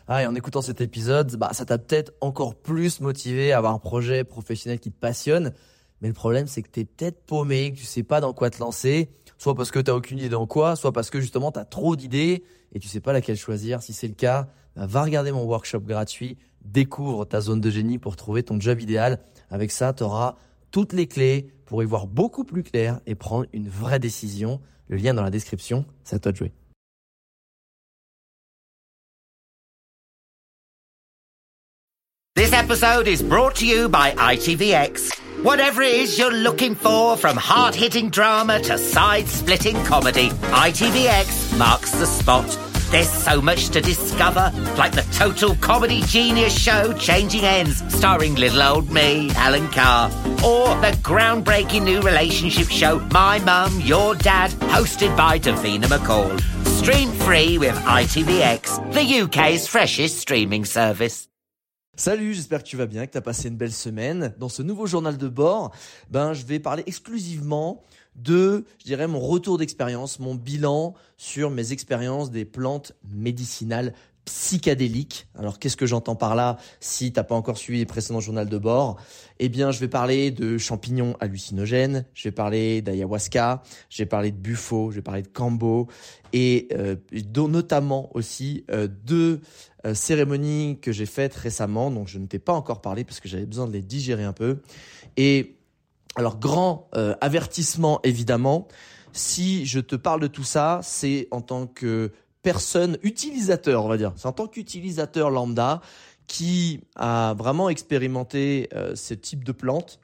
Ah, et en écoutant cet épisode, ça t'a peut-être encore plus motivé à avoir un projet professionnel qui te passionne. Mais le problème, c'est que t'es peut-être paumé, que tu sais pas dans quoi te lancer. Soit parce que t'as aucune idée dans quoi, soit parce que justement t'as trop d'idées et tu sais pas laquelle choisir. Si c'est le cas, va regarder mon workshop gratuit. Découvre ta zone de génie pour trouver ton job idéal. Avec ça, t'auras toutes les clés pour y voir beaucoup plus clair et prendre une vraie décision. Le lien dans la description, c'est à toi de jouer. This episode is brought to you by ITVX. Whatever it is you're looking for, from hard-hitting drama to side-splitting comedy, ITVX marks the spot. There's so much to discover, like the total comedy genius show Changing Ends, starring little old me, Alan Carr, or the groundbreaking new relationship show My Mum, Your Dad, hosted by Davina McCall. Stream free with ITVX, the UK's freshest streaming service. Salut, j'espère que tu vas bien, que tu as passé une belle semaine. Dans ce nouveau journal de bord, je vais parler exclusivement de, mon retour d'expérience, mon bilan sur mes expériences des plantes médicinales psychédéliques. Alors, qu'est-ce que j'entends par là si t'as pas encore suivi les précédents journaux de bord? Je vais parler de champignons hallucinogènes, je vais parler d'ayahuasca, je vais parler de bufo, je vais parler de kambo et notamment aussi deux cérémonies que j'ai faites récemment, donc je ne t'ai pas encore parlé parce que j'avais besoin de les digérer un peu. Et alors, grand avertissement évidemment, si je te parle de tout ça, c'est en tant que personne utilisateur, on va dire. C'est en tant qu'utilisateur lambda qui a vraiment expérimenté ce type de plante.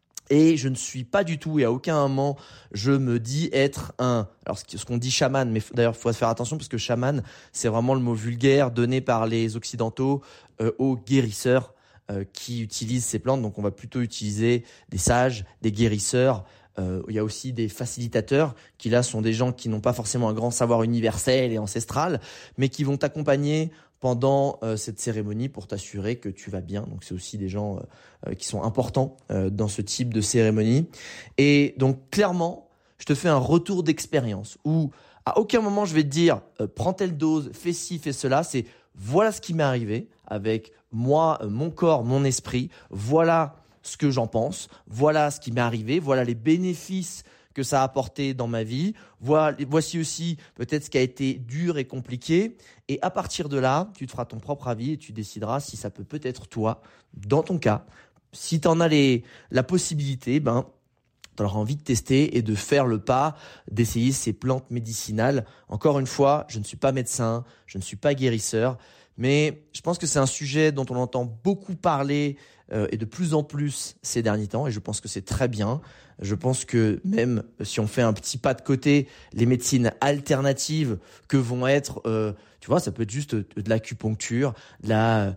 Et je ne suis pas du tout, et à aucun moment, je me dis être alors ce qu'on dit chaman, mais d'ailleurs, il faut faire attention parce que chaman, c'est vraiment le mot vulgaire donné par les occidentaux aux guérisseurs qui utilisent ces plantes. Donc, on va plutôt utiliser des sages, des guérisseurs. Il y a aussi des facilitateurs qui là sont des gens qui n'ont pas forcément un grand savoir universel et ancestral, mais qui vont t'accompagner pendant cette cérémonie pour t'assurer que tu vas bien. Donc c'est aussi des gens qui sont importants dans ce type de cérémonie. Et donc clairement, je te fais un retour d'expérience où à aucun moment je vais te dire prends telle dose, fais ci, fais cela. C'est voilà ce qui m'est arrivé avec moi, mon corps, mon esprit. Voilà ce que j'en pense, voilà ce qui m'est arrivé, voilà les bénéfices que ça a apporté dans ma vie, voici aussi peut-être ce qui a été dur et compliqué, et à partir de là, tu te feras ton propre avis et tu décideras si ça peut-être toi, dans ton cas, si tu en as la possibilité, tu auras envie de tester et de faire le pas, d'essayer ces plantes médicinales. Encore une fois, je ne suis pas médecin, je ne suis pas guérisseur, mais je pense que c'est un sujet dont on entend beaucoup parler et de plus en plus ces derniers temps, et je pense que c'est très bien. Je pense que même si on fait un petit pas de côté, les médecines alternatives que vont être, ça peut être juste de l'acupuncture, de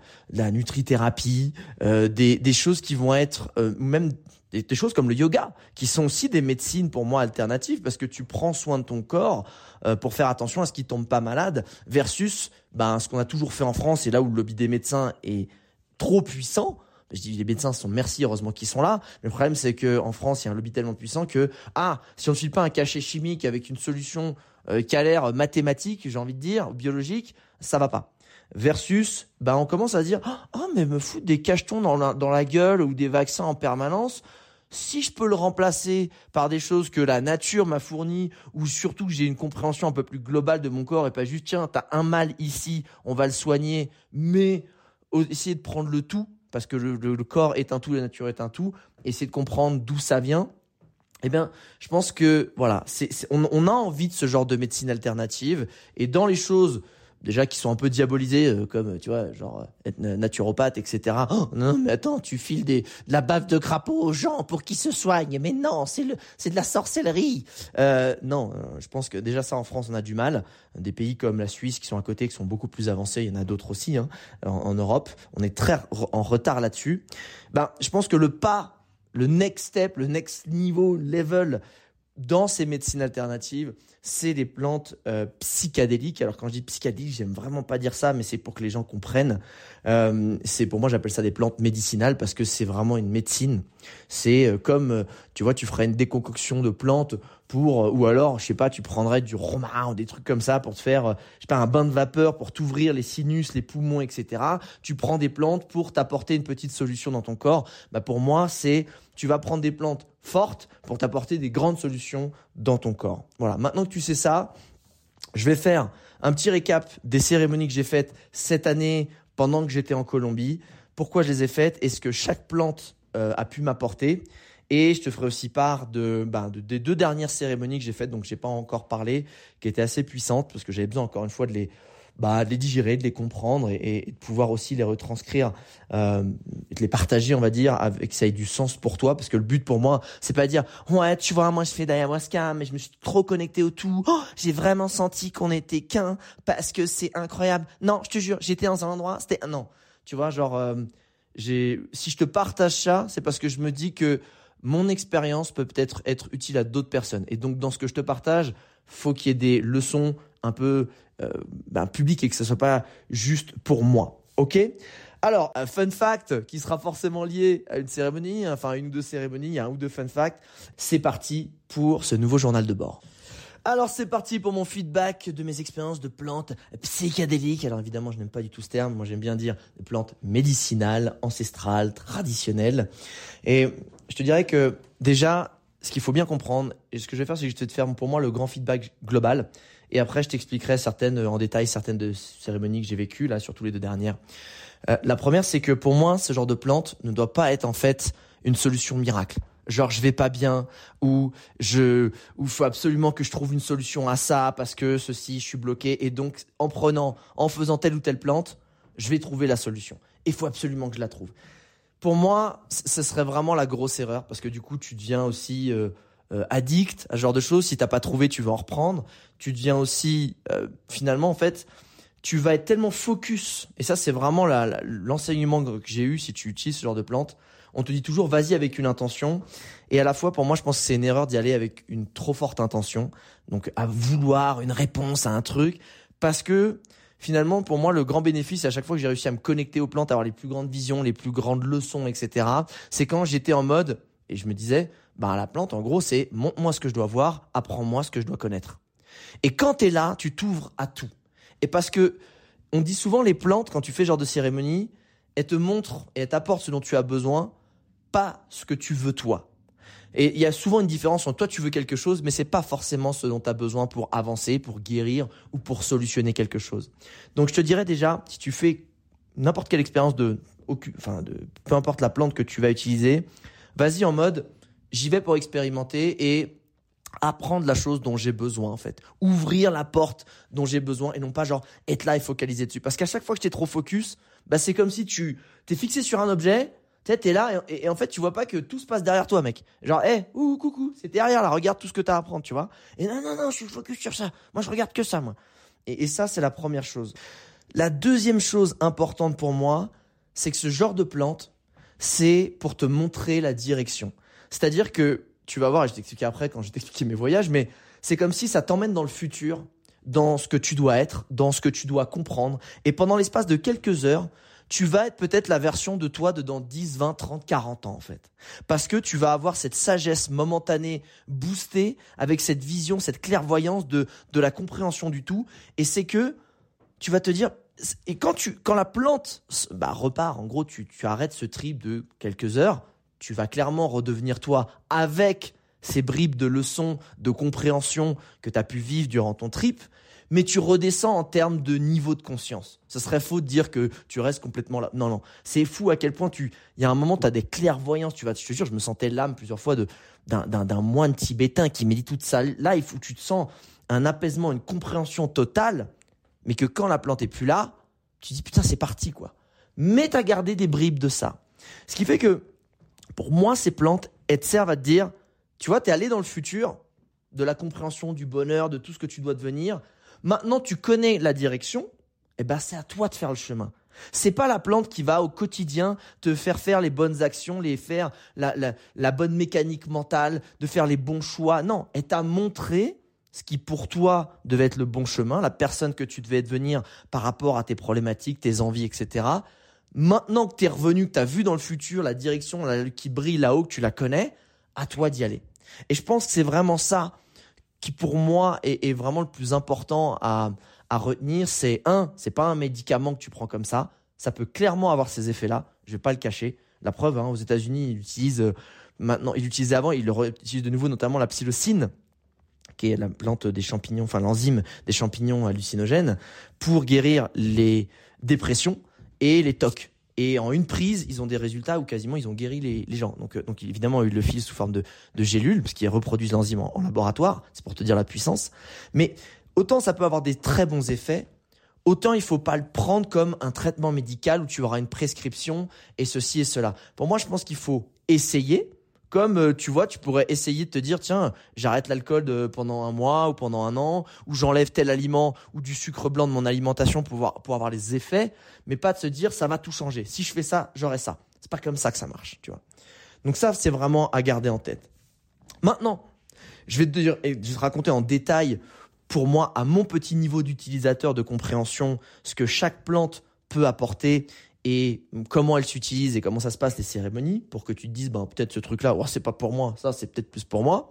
la nutrithérapie, des choses qui vont être même des choses comme le yoga, qui sont aussi des médecines pour moi alternatives, parce que tu prends soin de ton corps pour faire attention à ce qu'il tombe pas malade, versus ce qu'on a toujours fait en France, et là où le lobby des médecins est trop puissant. Je dis les médecins merci, heureusement qu'ils sont là. Mais le problème, c'est que en France, il y a un lobby tellement puissant que si on ne file pas un cachet chimique avec une solution qui a l'air mathématique, j'ai envie de dire, biologique, ça va pas. Versus, on commence à dire mais me foutre des cachetons dans la gueule ou des vaccins en permanence. Si je peux le remplacer par des choses que la nature m'a fournies, ou surtout que j'ai une compréhension un peu plus globale de mon corps et pas juste tiens, t'as un mal ici, on va le soigner, mais essayer de prendre le tout. Parce que le corps est un tout, la nature est un tout, essayer de comprendre d'où ça vient, je pense que voilà, on a envie de ce genre de médecine alternative, et dans les choses déjà qui sont un peu diabolisées, comme tu vois, genre être naturopathe, etc. Oh, non, mais attends, tu files de la bave de crapaud aux gens pour qu'ils se soignent, mais non, c'est de la sorcellerie. Non, je pense que déjà ça en France on a du mal. Des pays comme la Suisse qui sont à côté, qui sont beaucoup plus avancés, il y en a d'autres aussi en Europe, on est très en retard là-dessus. Je pense que le next step, le next niveau, level dans ces médecines alternatives, c'est des plantes psychédéliques. Alors quand je dis psychédélique, j'aime vraiment pas dire ça, mais c'est pour que les gens comprennent. Pour moi, j'appelle ça des plantes médicinales parce que c'est vraiment une médecine. C'est comme, tu vois, tu ferais une déconcoction de plantes ou alors, je sais pas, tu prendrais du romarin ou des trucs comme ça pour te faire, je sais pas, un bain de vapeur pour t'ouvrir les sinus, les poumons, etc. Tu prends des plantes pour t'apporter une petite solution dans ton corps. Pour moi, tu vas prendre des plantes fortes pour t'apporter des grandes solutions dans ton corps. Voilà. Maintenant que tu sais ça, je vais faire un petit récap des cérémonies que j'ai faites cette année pendant que j'étais en Colombie. Pourquoi je les ai faites et ce que chaque plante a pu m'apporter. Et je te ferai aussi part des 2 dernières cérémonies que j'ai faites, donc je n'ai pas encore parlé, qui étaient assez puissantes parce que j'avais besoin encore une fois de les digérer, de les comprendre et de pouvoir aussi les retranscrire, de les partager, on va dire, avec que ça ait du sens pour toi. Parce que le but pour moi, c'est pas de dire « Ouais, tu vois, moi je fais d'ayahuasca, mais je me suis trop connecté au tout. Oh, j'ai vraiment senti qu'on était qu'un parce que c'est incroyable. » Non, je te jure, j'étais dans un endroit, c'était... Non, tu vois, si je te partage ça, c'est parce que je me dis que mon expérience peut peut-être être utile à d'autres personnes. Et donc, dans ce que je te partage, faut qu'il y ait des leçons un peu publiques et que ça soit pas juste pour moi. Ok ? Alors, un fun fact qui sera forcément lié à une cérémonie, enfin une ou 2 cérémonies, il y a 1 ou 2 fun facts. C'est parti pour ce nouveau journal de bord. Alors c'est parti pour mon feedback de mes expériences de plantes psychédéliques. Alors évidemment, je n'aime pas du tout ce terme. Moi, j'aime bien dire des plantes médicinales, ancestrales, traditionnelles. Et je te dirais que déjà, ce qu'il faut bien comprendre, et ce que je vais faire, c'est que je vais te faire pour moi le grand feedback global. Et après, je t'expliquerai en détail certaines de cérémonies que j'ai vécues, là, surtout les 2 dernières. La première, c'est que pour moi, ce genre de plante ne doit pas être en fait une solution miracle. Genre je vais pas bien ou faut absolument que je trouve une solution à ça parce que je suis bloqué et donc en faisant telle ou telle plante, je vais trouver la solution. Il faut absolument que je la trouve. Pour moi, ce serait vraiment la grosse erreur parce que du coup, tu deviens aussi addict à ce genre de choses. Si t'as pas trouvé, tu vas en reprendre. Tu deviens aussi finalement en fait, tu vas être tellement focus et ça c'est vraiment l'enseignement que j'ai eu si tu utilises ce genre de plante. On te dit toujours vas-y avec une intention et à la fois pour moi je pense que c'est une erreur d'y aller avec une trop forte intention, donc à vouloir une réponse à un truc parce que finalement pour moi le grand bénéfice à chaque fois que j'ai réussi à me connecter aux plantes, à avoir les plus grandes visions, les plus grandes leçons, etc. c'est quand j'étais en mode et je me disais la plante en gros c'est montre-moi ce que je dois voir, apprends-moi ce que je dois connaître. Et quand t'es là, tu t'ouvres à tout. Et parce que on dit souvent les plantes quand tu fais ce genre de cérémonie, elles te montrent et elles t'apportent ce dont tu as besoin, pas ce que tu veux toi. Et il y a souvent une différence entre toi tu veux quelque chose, mais c'est pas forcément ce dont tu as besoin pour avancer, pour guérir ou pour solutionner quelque chose. Donc je te dirais déjà, si tu fais n'importe quelle expérience peu importe la plante que tu vas utiliser, vas-y en mode j'y vais pour expérimenter et apprendre la chose dont j'ai besoin en fait. Ouvrir la porte dont j'ai besoin et non pas genre être là et focaliser dessus. Parce qu'à chaque fois que t'es trop focus, c'est comme si tu t'es fixé sur un objet, t'es là et en fait tu vois pas que tout se passe derrière toi mec. Genre coucou, c'est derrière là, regarde tout ce que t'as à apprendre, tu vois. Et non, je suis focus sur ça. Moi je regarde que ça moi. Et ça c'est la première chose. La deuxième chose importante pour moi, c'est que ce genre de plante, c'est pour te montrer la direction. C'est-à-dire que tu vas voir, et je t'expliquerai après quand je vais t'expliquer mes voyages, mais c'est comme si ça t'emmène dans le futur, dans ce que tu dois être, dans ce que tu dois comprendre. Et pendant l'espace de quelques heures, tu vas être peut-être la version de toi de dans 10, 20, 30, 40 ans en fait. Parce que tu vas avoir cette sagesse momentanée boostée avec cette vision, cette clairvoyance de la compréhension du tout. Et c'est que tu vas te dire... Et quand la plante repart, en gros, tu arrêtes ce trip de quelques heures, tu vas clairement redevenir toi avec ces bribes de leçons, de compréhension que tu as pu vivre durant ton trip, mais tu redescends en termes de niveau de conscience. Ce serait faux de dire que tu restes complètement là. Non, c'est fou à quel point il y a un moment, tu as des clairvoyances, je te jure, je me sentais l'âme plusieurs fois d'un moine tibétain qui médite toute sa life, où tu te sens un apaisement, une compréhension totale, mais que quand la plante est plus là, tu dis putain, c'est parti quoi. Mais tu as gardé des bribes de ça. Ce qui fait que pour moi, ces plantes, elles te servent à te dire, tu vois, t'es allé dans le futur de la compréhension, du bonheur, de tout ce que tu dois devenir. Maintenant, tu connais la direction, c'est à toi de faire le chemin. C'est pas la plante qui va au quotidien te faire les bonnes actions, faire la bonne mécanique mentale, de faire les bons choix. Non, elle t'a montré ce qui pour toi devait être le bon chemin, la personne que tu devais devenir par rapport à tes problématiques, tes envies, etc. Maintenant que tu es revenu, que tu as vu dans le futur la direction qui brille là-haut, que tu la connais, à toi d'y aller. Et je pense que c'est vraiment ça qui pour moi est vraiment le plus important à retenir. C'est pas un médicament que tu prends comme ça. Ça peut clairement avoir ces effets-là. Je vais pas le cacher. La preuve, aux États-Unis, ils l'utilisent maintenant. Ils l'utilisaient avant, ils le réutilisent de nouveau, notamment la psilocine, qui est la plante des champignons, enfin l'enzyme des champignons hallucinogènes, pour guérir les dépressions et les TOC. Et en une prise, ils ont des résultats où quasiment ils ont guéri les gens. Donc évidemment, ils le filent sous forme de gélules, parce qu'ils reproduisent l'enzyme en laboratoire. C'est pour te dire la puissance. Mais autant ça peut avoir des très bons effets, autant il faut pas le prendre comme un traitement médical où tu auras une prescription et ceci et cela. Pour moi, je pense qu'il faut essayer. Comme tu vois, tu pourrais essayer de te dire, tiens, j'arrête l'alcool pendant un mois ou pendant un an, ou j'enlève tel aliment ou du sucre blanc de mon alimentation pour avoir les effets, mais pas de se dire, ça va tout changer. Si je fais ça, j'aurai ça. C'est pas comme ça que ça marche, tu vois. Donc ça, c'est vraiment à garder en tête. Maintenant, je vais te raconter en détail, pour moi, à mon petit niveau d'utilisateur de compréhension, ce que chaque plante peut apporter et comment elle s'utilise et comment ça se passe les cérémonies pour que tu te dises peut-être ce truc-là, c'est pas pour moi, ça c'est peut-être plus pour moi.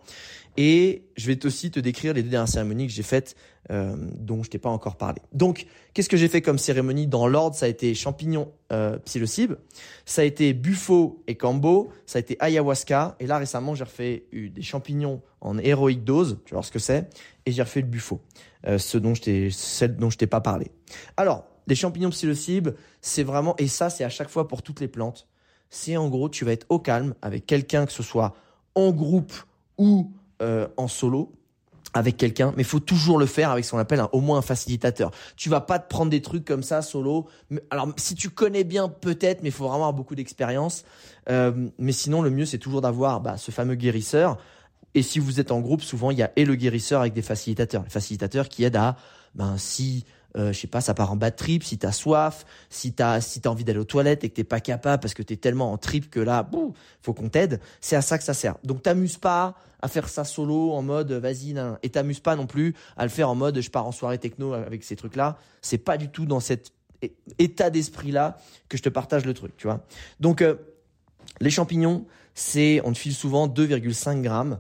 Et je vais aussi te décrire les 2 dernières cérémonies que j'ai faites dont je t'ai pas encore parlé. Donc, qu'est-ce que j'ai fait comme cérémonie dans l'ordre? Ça a été champignons psilocybe, ça a été bufo et kambo, ça a été ayahuasca, et là récemment j'ai refait des champignons en héroïque dose, tu vas voir ce que c'est, et j'ai refait le bufo, celle dont je t'ai pas parlé. Alors, les champignons psilocybe, c'est vraiment, et ça c'est à chaque fois pour toutes les plantes, c'est en gros tu vas être au calme avec quelqu'un, que ce soit en groupe ou en solo avec quelqu'un, mais il faut toujours le faire avec ce qu'on appelle au moins un facilitateur. Tu vas pas te prendre des trucs comme ça solo. Alors si tu connais bien peut-être, mais il faut vraiment avoir beaucoup d'expérience. Mais sinon le mieux c'est toujours d'avoir ce fameux guérisseur. Et si vous êtes en groupe, souvent il y a le guérisseur avec des facilitateurs. Les facilitateurs qui aident à si je sais pas, ça part en bad trip, si t'as soif, si t'as envie d'aller aux toilettes et que t'es pas capable parce que t'es tellement en trip que là, faut qu'on t'aide. C'est à ça que ça sert. Donc t'amuses pas à faire ça solo en mode vas-y, et t'amuses pas non plus à le faire en mode je pars en soirée techno avec ces trucs-là. C'est pas du tout dans cet état d'esprit-là que je te partage le truc, tu vois. Donc les champignons, on te file souvent 2,5 grammes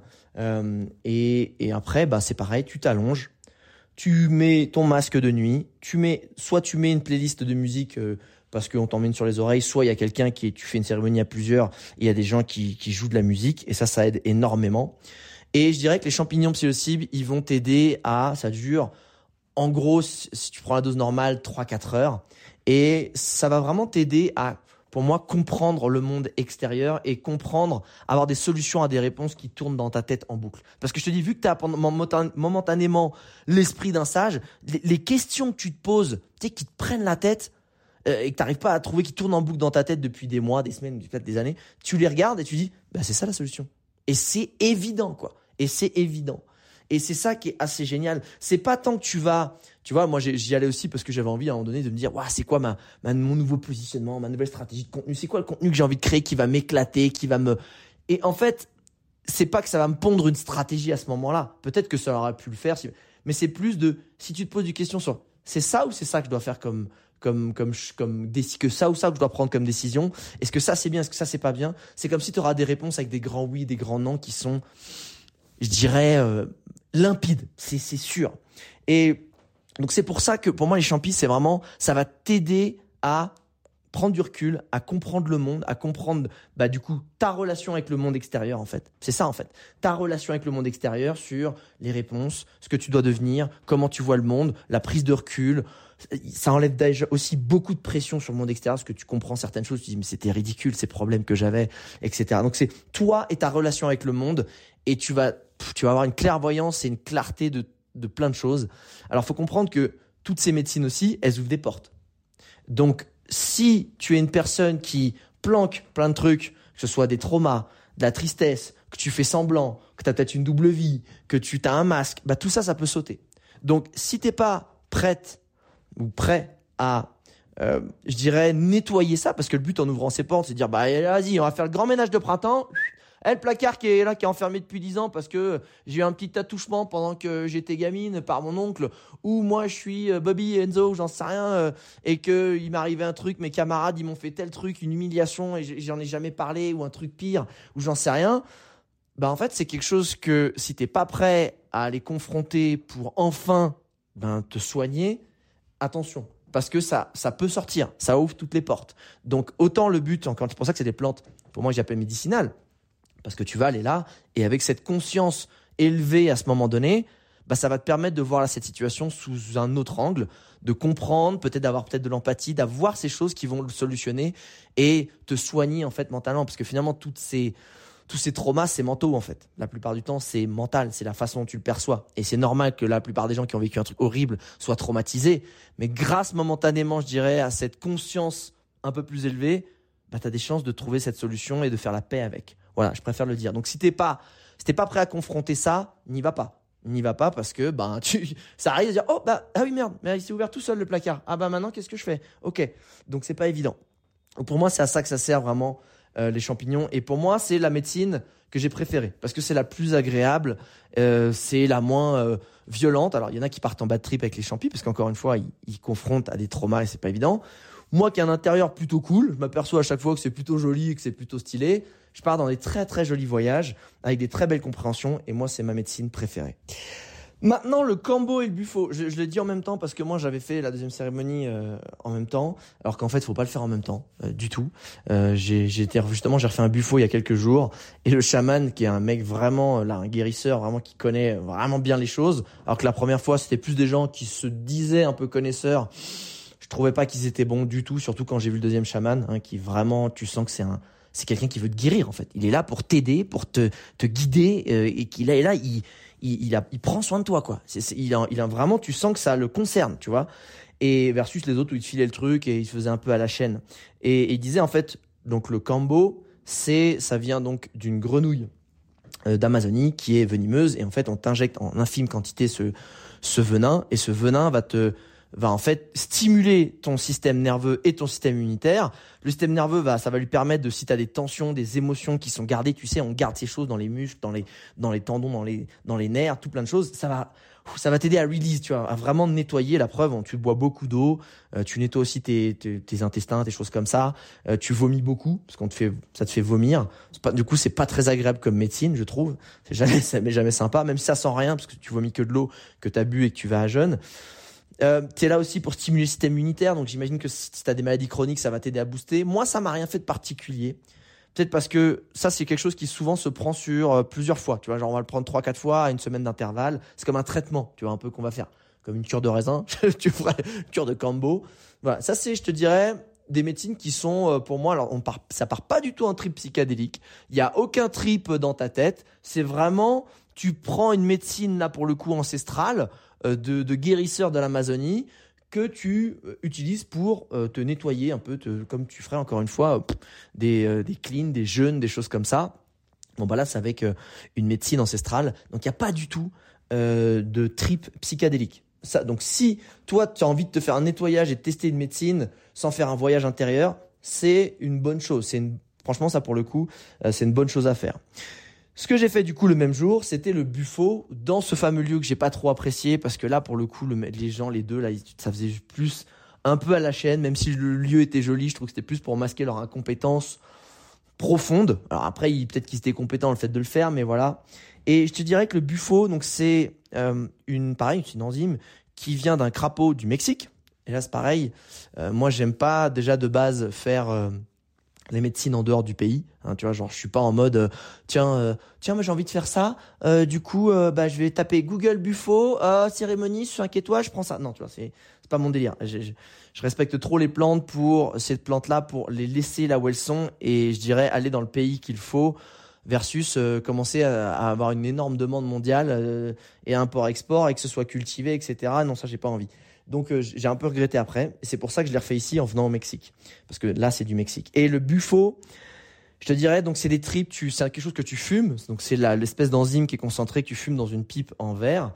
et après c'est pareil, tu t'allonges. Tu mets ton masque de nuit, soit tu mets une playlist de musique parce qu'on t'emmène sur les oreilles, soit il y a quelqu'un tu fais une cérémonie à plusieurs, et il y a des gens qui jouent de la musique, et ça aide énormément. Et je dirais que les champignons psilocybe, ils vont t'aider ça dure, en gros, si tu prends la dose normale, 3-4 heures, et ça va vraiment t'aider à, pour moi, comprendre le monde extérieur et avoir des solutions à des réponses qui tournent dans ta tête en boucle. Parce que je te dis, vu que tu as momentanément l'esprit d'un sage, les questions que tu te poses, qui te prennent la tête et que tu n'arrives pas à trouver, qui tournent en boucle dans ta tête depuis des mois, des semaines, peut-être des années, tu les regardes et tu dis, c'est ça la solution. Et c'est évident, quoi. Et c'est évident. Et c'est ça qui est assez génial. C'est pas tant que tu vois, moi j'y allais aussi parce que j'avais envie à un moment donné de me dire, c'est quoi mon nouveau positionnement, ma nouvelle stratégie de contenu, c'est quoi le contenu que j'ai envie de créer qui va m'éclater, Et en fait, c'est pas que ça va me pondre une stratégie à ce moment-là. Peut-être que ça aurait pu le faire, mais c'est plus si tu te poses des questions sur, c'est ça ou c'est ça que je dois faire que ça ou ça que je dois prendre comme décision. Est-ce que ça c'est bien, est-ce que ça c'est pas bien? C'est comme si tu auras des réponses avec des grands oui, des grands non qui sont, je dirais, limpides, c'est sûr. Et donc c'est pour ça que pour moi les champis, c'est vraiment, ça va t'aider à prendre du recul, à comprendre le monde, à comprendre du coup ta relation avec le monde extérieur en fait. C'est ça en fait. Ta relation avec le monde extérieur sur les réponses, ce que tu dois devenir, comment tu vois le monde, la prise de recul. Ça enlève déjà aussi beaucoup de pression sur le monde extérieur parce que tu comprends certaines choses, tu te dis mais c'était ridicule ces problèmes que j'avais, etc. Donc c'est toi et ta relation avec le monde et tu vas avoir une clairvoyance et une clarté de plein de choses. Alors faut comprendre que toutes ces médecines aussi, elles ouvrent des portes. Donc si tu es une personne qui planque plein de trucs, que ce soit des traumas, de la tristesse, que tu fais semblant, que tu as peut-être une double vie, que tu as un masque, tout ça, ça peut sauter. Donc, si t'es pas prête ou prêt à, je dirais, nettoyer ça, parce que le but en ouvrant ces portes, c'est de dire, vas-y, on va faire le grand ménage de printemps, Le placard qui est là, qui est enfermé depuis 10 ans parce que j'ai eu un petit attouchement pendant que j'étais gamine par mon oncle, ou moi je suis Bobby Enzo, j'en sais rien, et qu'il m'est arrivé un truc, mes camarades ils m'ont fait tel truc, une humiliation, et j'en ai jamais parlé, ou un truc pire, ou j'en sais rien. En fait, c'est quelque chose que si t'es pas prêt à aller confronter pour enfin te soigner, attention. Parce que ça peut sortir, ça ouvre toutes les portes. Donc autant le but, encore, c'est pour ça que c'est des plantes, pour moi j'appelle médicinales, parce que tu vas aller là, et avec cette conscience élevée à ce moment donné, ça va te permettre de voir cette situation sous un autre angle, de comprendre, peut-être d'avoir peut-être de l'empathie, d'avoir ces choses qui vont le solutionner et te soigner en fait mentalement, parce que finalement tous ces traumas, c'est mentaux en fait. La plupart du temps, c'est mental, c'est la façon dont tu le perçois. Et c'est normal que la plupart des gens qui ont vécu un truc horrible soient traumatisés. Mais grâce momentanément, je dirais, à cette conscience un peu plus élevée, tu as des chances de trouver cette solution et de faire la paix avec. Voilà, je préfère le dire. Donc si t'es pas prêt à confronter ça, n'y va pas. N'y va pas parce que ça arrive de dire ah oui merde, mais il s'est ouvert tout seul le placard. Ah maintenant qu'est-ce que je fais? Ok, donc c'est pas évident. Donc, pour moi, c'est à ça que ça sert vraiment. Les champignons, et pour moi c'est la médecine que j'ai préférée parce que c'est la plus agréable, c'est la moins violente. Alors il y en a qui partent en bad trip avec les champis parce qu'encore une fois ils confrontent à des traumas et c'est pas évident. Moi qui ai un intérieur plutôt cool, je m'aperçois à chaque fois que c'est plutôt joli et que c'est plutôt stylé. Je pars dans des très très jolis voyages avec des très belles compréhensions, et moi c'est ma médecine préférée. Maintenant, le Kambo et le Bufo, je le dis en même temps parce que moi j'avais fait la deuxième cérémonie en même temps, alors qu'en fait il faut pas le faire en même temps du tout. J'ai refait un Bufo il y a quelques jours, et le chaman qui est un mec vraiment un guérisseur vraiment qui connaît vraiment bien les choses, alors que la première fois c'était plus des gens qui se disaient un peu connaisseurs. Je trouvais pas qu'ils étaient bons du tout, surtout quand j'ai vu le deuxième chaman qui vraiment, tu sens que c'est quelqu'un qui veut te guérir en fait. Il est là pour t'aider, pour te guider, et qu'il est là, il prend soin de toi quoi. Il a vraiment, tu sens que ça le concerne, tu vois. Et versus les autres où il te filait le truc et il se faisait un peu à la chaîne. Et il disait en fait, donc le Kambo, ça vient donc d'une grenouille d'Amazonie qui est venimeuse, et en fait on t'injecte en infime quantité ce venin, et ce venin va en fait stimuler ton système nerveux et ton système immunitaire. Le système nerveux ça va lui permettre si tu as des tensions, des émotions qui sont gardées, tu sais, on garde ces choses dans les muscles, dans les tendons, dans les nerfs, tout plein de choses. Ça va t'aider à release, tu vois, à vraiment nettoyer. La preuve, tu bois beaucoup d'eau, tu nettoies aussi tes intestins, tes choses comme ça. Tu vomis beaucoup parce ça te fait vomir. Du coup, c'est pas très agréable comme médecine, je trouve. C'est jamais sympa, même si ça sent rien parce que tu vomis que de l'eau que tu as bu et que tu vas à jeûne. T'es là aussi pour stimuler le système immunitaire, donc j'imagine que si t'as des maladies chroniques, ça va t'aider à booster. Moi, ça m'a rien fait de particulier. Peut-être parce que ça, c'est quelque chose qui souvent se prend sur plusieurs fois. Tu vois, genre on va le prendre 3-4 fois à une semaine d'intervalle. C'est comme un traitement, tu vois, un peu qu'on va faire. Comme une cure de raisin, tu feras une cure de Kambo. Voilà, ça c'est, je te dirais, des médecines qui sont, pour moi, alors ça part pas du tout en trip psychédélique. Il y a aucun trip dans ta tête. C'est vraiment, tu prends une médecine là pour le coup ancestrale, de guérisseurs de l'Amazonie, que tu utilises pour te nettoyer un peu, comme tu ferais encore une fois des cleans, des jeûnes, des choses comme ça. Bon là c'est avec une médecine ancestrale, donc il n'y a pas du tout de trip psychédélique. Ça, donc si toi tu as envie de te faire un nettoyage et de tester une médecine sans faire un voyage intérieur, c'est une bonne chose. Franchement ça pour le coup, c'est une bonne chose à faire. Ce que j'ai fait du coup le même jour, c'était le Bufo dans ce fameux lieu que j'ai pas trop apprécié, parce que là pour le coup les gens, les deux là, ça faisait plus un peu à la chaîne, même si le lieu était joli, je trouve que c'était plus pour masquer leur incompétence profonde. Alors après peut-être qu'ils étaient compétents dans le fait de le faire, mais voilà. Et je te dirais que le Bufo, donc c'est une enzyme qui vient d'un crapaud du Mexique. Et là c'est pareil, moi j'aime pas déjà de base faire les médecines en dehors du pays, tu vois, genre je suis pas en mode tiens moi j'ai envie de faire ça, du coup je vais taper Google Bufo, cérémonie sur 5 étoiles, je prends ça. Non, tu vois, c'est pas mon délire. Je respecte trop les plantes pour ces plantes là, pour les laisser là où elles sont, et je dirais aller dans le pays qu'il faut versus commencer à avoir une énorme demande mondiale et import-export, et que ce soit cultivé, etc. Non, ça j'ai pas envie. Donc j'ai un peu regretté après, et c'est pour ça que je l'ai refait ici en venant au Mexique, parce que là c'est du Mexique. Et le Bufo, je te dirais, donc c'est des tripes, c'est quelque chose que tu fumes, donc c'est l'espèce d'enzyme qui est concentrée que tu fumes dans une pipe en verre,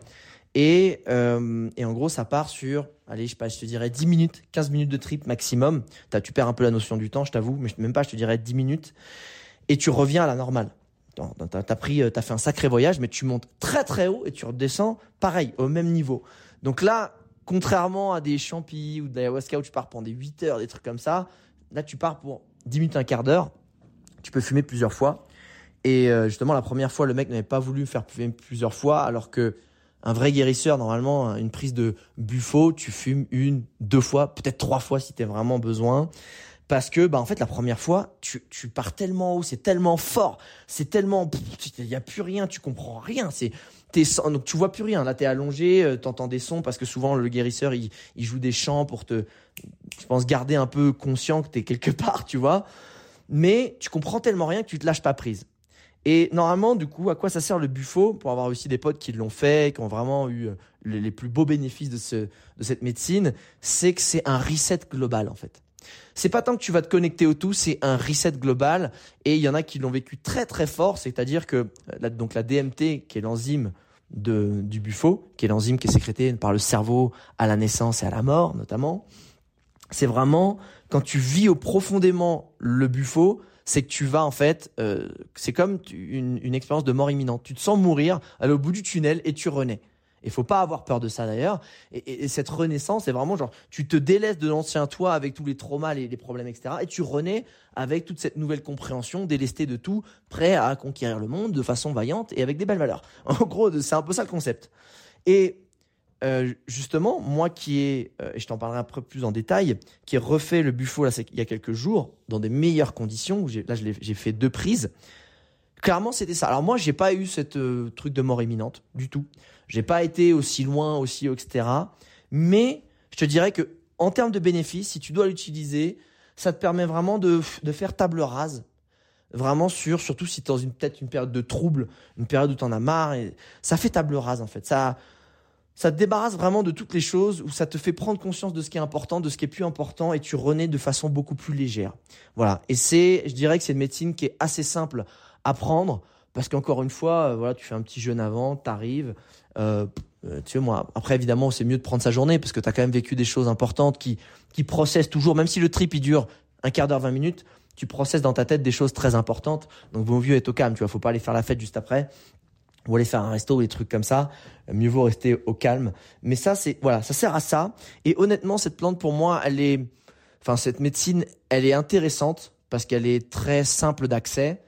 et en gros ça part sur, allez je te dirais 10 minutes, 15 minutes de trip maximum. Tu perds un peu la notion du temps, je t'avoue, mais même pas, je te dirais 10 minutes, et tu reviens à la normale. t'as fait un sacré voyage, mais tu montes très très haut et tu redescends pareil, au même niveau. Donc là, contrairement à des champis ou de l'ayahuasca où tu pars pendant des 8 heures, des trucs comme ça, là tu pars pour 10 minutes, un quart d'heure. Tu peux fumer plusieurs fois. Et justement, la première fois, le mec n'avait pas voulu me faire fumer plusieurs fois, alors que un vrai guérisseur, normalement, une prise de Bufo, tu fumes 1, 2 fois, peut-être 3 fois si t'as vraiment besoin. Parce que, en fait, la première fois, tu pars tellement haut, c'est tellement fort, c'est tellement, il y a plus rien, tu comprends rien, donc tu vois plus rien. Là, t'es allongé, t'entends des sons parce que souvent le guérisseur, il joue des chants pour je pense, garder un peu conscient que t'es quelque part, tu vois. Mais tu comprends tellement rien que tu te lâches pas prise. Et normalement, du coup, à quoi ça sert le Bufo? Pour avoir aussi des potes qui l'ont fait, qui ont vraiment eu les plus beaux bénéfices de cette médecine, c'est que c'est un reset global, en fait. C'est pas tant que tu vas te connecter au tout, c'est un reset global. Et il y en a qui l'ont vécu très très fort, c'est-à-dire que donc la DMT, qui est l'enzyme du Bufo, qui est l'enzyme qui est sécrétée par le cerveau à la naissance et à la mort notamment, c'est vraiment quand tu vis profondément le Bufo, c'est que tu vas en fait, c'est comme une expérience de mort imminente. Tu te sens mourir, aller au bout du tunnel et tu renais. Il faut pas avoir peur de ça d'ailleurs. Et cette renaissance, c'est vraiment genre, tu te délaisses de l'ancien toi avec tous les traumas, les problèmes, etc. Et tu renais avec toute cette nouvelle compréhension, délesté de tout, prêt à conquérir le monde de façon vaillante et avec des belles valeurs. En gros, c'est un peu ça le concept. Et justement, moi et je t'en parlerai un peu plus en détail, qui ai refait le Bufo là, il y a quelques jours, dans des meilleures conditions, où j'ai fait 2 prises. Clairement, c'était ça. Alors moi, j'ai pas eu cette truc de mort imminente du tout. J'ai pas été aussi loin, aussi haut, etc. Mais je te dirais que en termes de bénéfices, si tu dois l'utiliser, ça te permet vraiment de faire table rase. Vraiment surtout si tu es dans peut-être une période de trouble, une période où tu en as marre. Et ça fait table rase en fait. Ça te débarrasse vraiment de toutes les choses, où ça te fait prendre conscience de ce qui est important, de ce qui est plus important, et tu renais de façon beaucoup plus légère. Voilà. Et je dirais que c'est une médecine qui est assez simple à prendre, parce qu'encore une fois, voilà, tu fais un petit jeûne avant, t'arrives. Tu sais, moi, après évidemment, c'est mieux de prendre sa journée, parce que t'as quand même vécu des choses importantes qui processent toujours, même si le trip il dure un quart d'heure, 20 minutes, tu processes dans ta tête des choses très importantes. Donc vaut mieux être au calme, tu vois, faut pas aller faire la fête juste après, ou aller faire un resto ou des trucs comme ça. Mieux vaut rester au calme. Mais ça, ça sert à ça. Et honnêtement, cette plante pour moi, cette médecine, elle est intéressante parce qu'elle est très simple d'accès.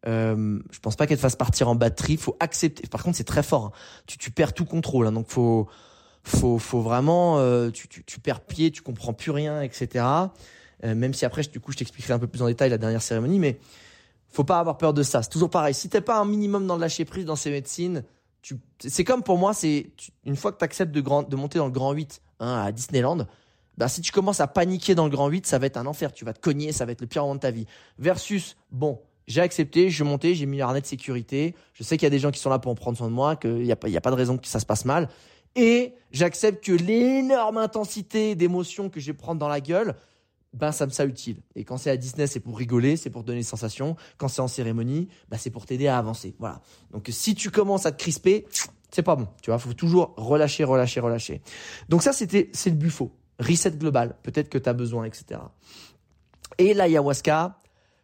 Je pense pas qu'elle te fasse partir en batterie. Faut accepter. Par contre, c'est très fort, hein. Tu perds tout contrôle, hein. Donc faut vraiment, tu perds pied, tu comprends plus rien, etc. Même si après, du coup, je t'expliquerai un peu plus en détail la dernière cérémonie, mais faut pas avoir peur de ça. C'est toujours pareil. Si t'es pas un minimum dans le lâcher prise dans ces médecines, c'est comme pour moi, une fois que tu acceptes de monter dans le grand 8, hein, à Disneyland, si tu commences à paniquer dans le grand 8, ça va être un enfer. Tu vas te cogner, ça va être le pire moment de ta vie. Versus, bon, j'ai accepté, je suis monté, j'ai mis le harnais de sécurité. Je sais qu'il y a des gens qui sont là pour en prendre soin de moi, qu'il y a pas de raison que ça se passe mal. Et j'accepte que l'énorme intensité d'émotions que je vais prendre dans la gueule, ça me sera utile. Et quand c'est à Disney, c'est pour rigoler, c'est pour donner des sensations. Quand c'est en cérémonie, c'est pour t'aider à avancer. Voilà. Donc si tu commences à te crisper, c'est pas bon. Tu vois, faut toujours relâcher. Donc ça, c'est le Bufo. Reset global. Peut-être que tu as besoin, etc. Et l'ayahuasca,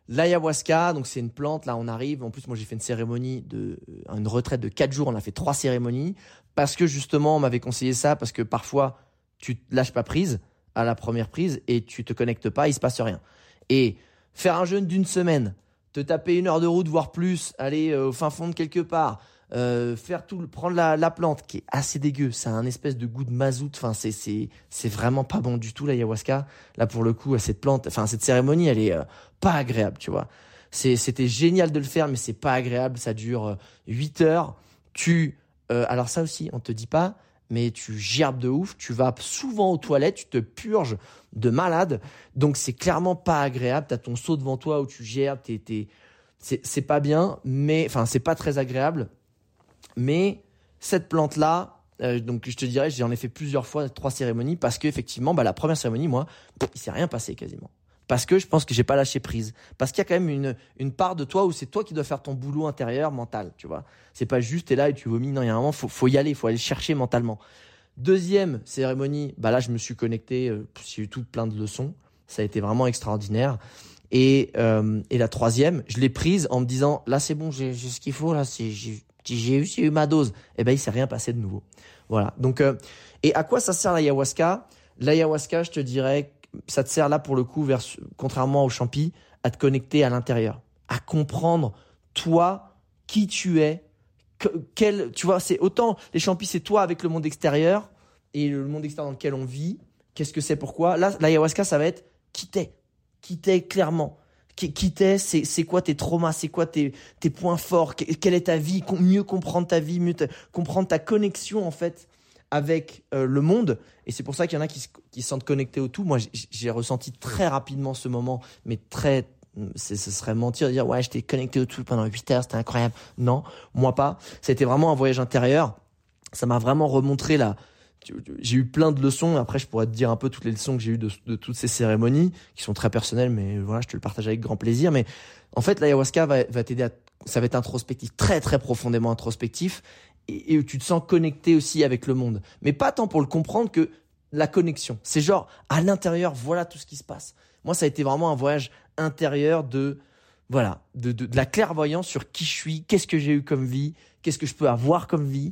donc c'est une plante. Là, on arrive. En plus, moi, j'ai fait une cérémonie une retraite de 4 jours. On a fait 3 cérémonies parce que justement, on m'avait conseillé ça parce que parfois, tu te lâches pas prise à la première prise et tu te connectes pas, il se passe rien. Et faire un jeûne d'1 semaine, te taper 1 heure de route, voire plus, aller au fin fond de quelque part, prendre la plante qui est assez dégueu, ça a un espèce de goût de mazout, c'est vraiment pas bon du tout l'ayahuasca. Là pour le coup, cette plante, cette cérémonie, elle est pas agréable, tu vois. C'était génial de le faire, mais c'est pas agréable, ça dure 8 heures. Alors ça aussi, on te dit pas, mais tu gerbes de ouf, tu vas souvent aux toilettes, tu te purges de malade, donc c'est clairement pas agréable. T'as ton seau devant toi où tu gerbes, c'est pas bien, mais c'est pas très agréable. Mais cette plante-là, donc je te dirais, j'en ai fait plusieurs fois, 3 cérémonies, parce qu'effectivement, la première cérémonie, moi, il s'est rien passé quasiment. Parce que je pense que j'ai pas lâché prise. Parce qu'il y a quand même une part de toi où c'est toi qui dois faire ton boulot intérieur, mental, tu vois. C'est pas juste, t'es là et tu vomis. Non, il y a un moment, faut y aller, faut aller chercher mentalement. Deuxième cérémonie, là, je me suis connecté, j'ai eu plein de leçons. Ça a été vraiment extraordinaire. Et la troisième, je l'ai prise en me disant, là c'est bon, j'ai ce qu'il faut, là j'ai eu ma dose. Et ben il s'est rien passé de nouveau. Voilà. Donc et à quoi ça sert l'ayahuasca? L'ayahuasca, je te dirais, ça te sert là pour le coup, contrairement au champi, à te connecter à l'intérieur, à comprendre toi qui tu es, tu vois, c'est autant les champis c'est toi avec le monde extérieur et le monde extérieur dans lequel on vit. Qu'est-ce que c'est, pourquoi? Là, l'ayahuasca, ça va être qui t'es clairement. Qui t'es, c'est quoi tes traumas, c'est quoi tes points forts, quelle est ta vie, mieux comprendre ta vie, comprendre ta connexion en fait avec le monde. Et c'est pour ça qu'il y en a qui se sentent connectés au tout. Moi, j'ai ressenti très rapidement ce moment, mais ce serait mentir de dire ouais, j'étais connecté au tout pendant 8 heures, c'était incroyable. Non, moi pas. C'était vraiment un voyage intérieur. Ça m'a vraiment remontré j'ai eu plein de leçons. Après, je pourrais te dire un peu toutes les leçons que j'ai eues de toutes ces cérémonies qui sont très personnelles, mais voilà, je te le partage avec grand plaisir. Mais en fait, l'ayahuasca va t'aider ça va être introspectif, très très profondément introspectif, et où tu te sens connecté aussi avec le monde. Mais pas tant pour le comprendre que la connexion. C'est genre à l'intérieur, voilà tout ce qui se passe. Moi, ça a été vraiment un voyage intérieur de la clairvoyance sur qui je suis, qu'est-ce que j'ai eu comme vie, qu'est-ce que je peux avoir comme vie.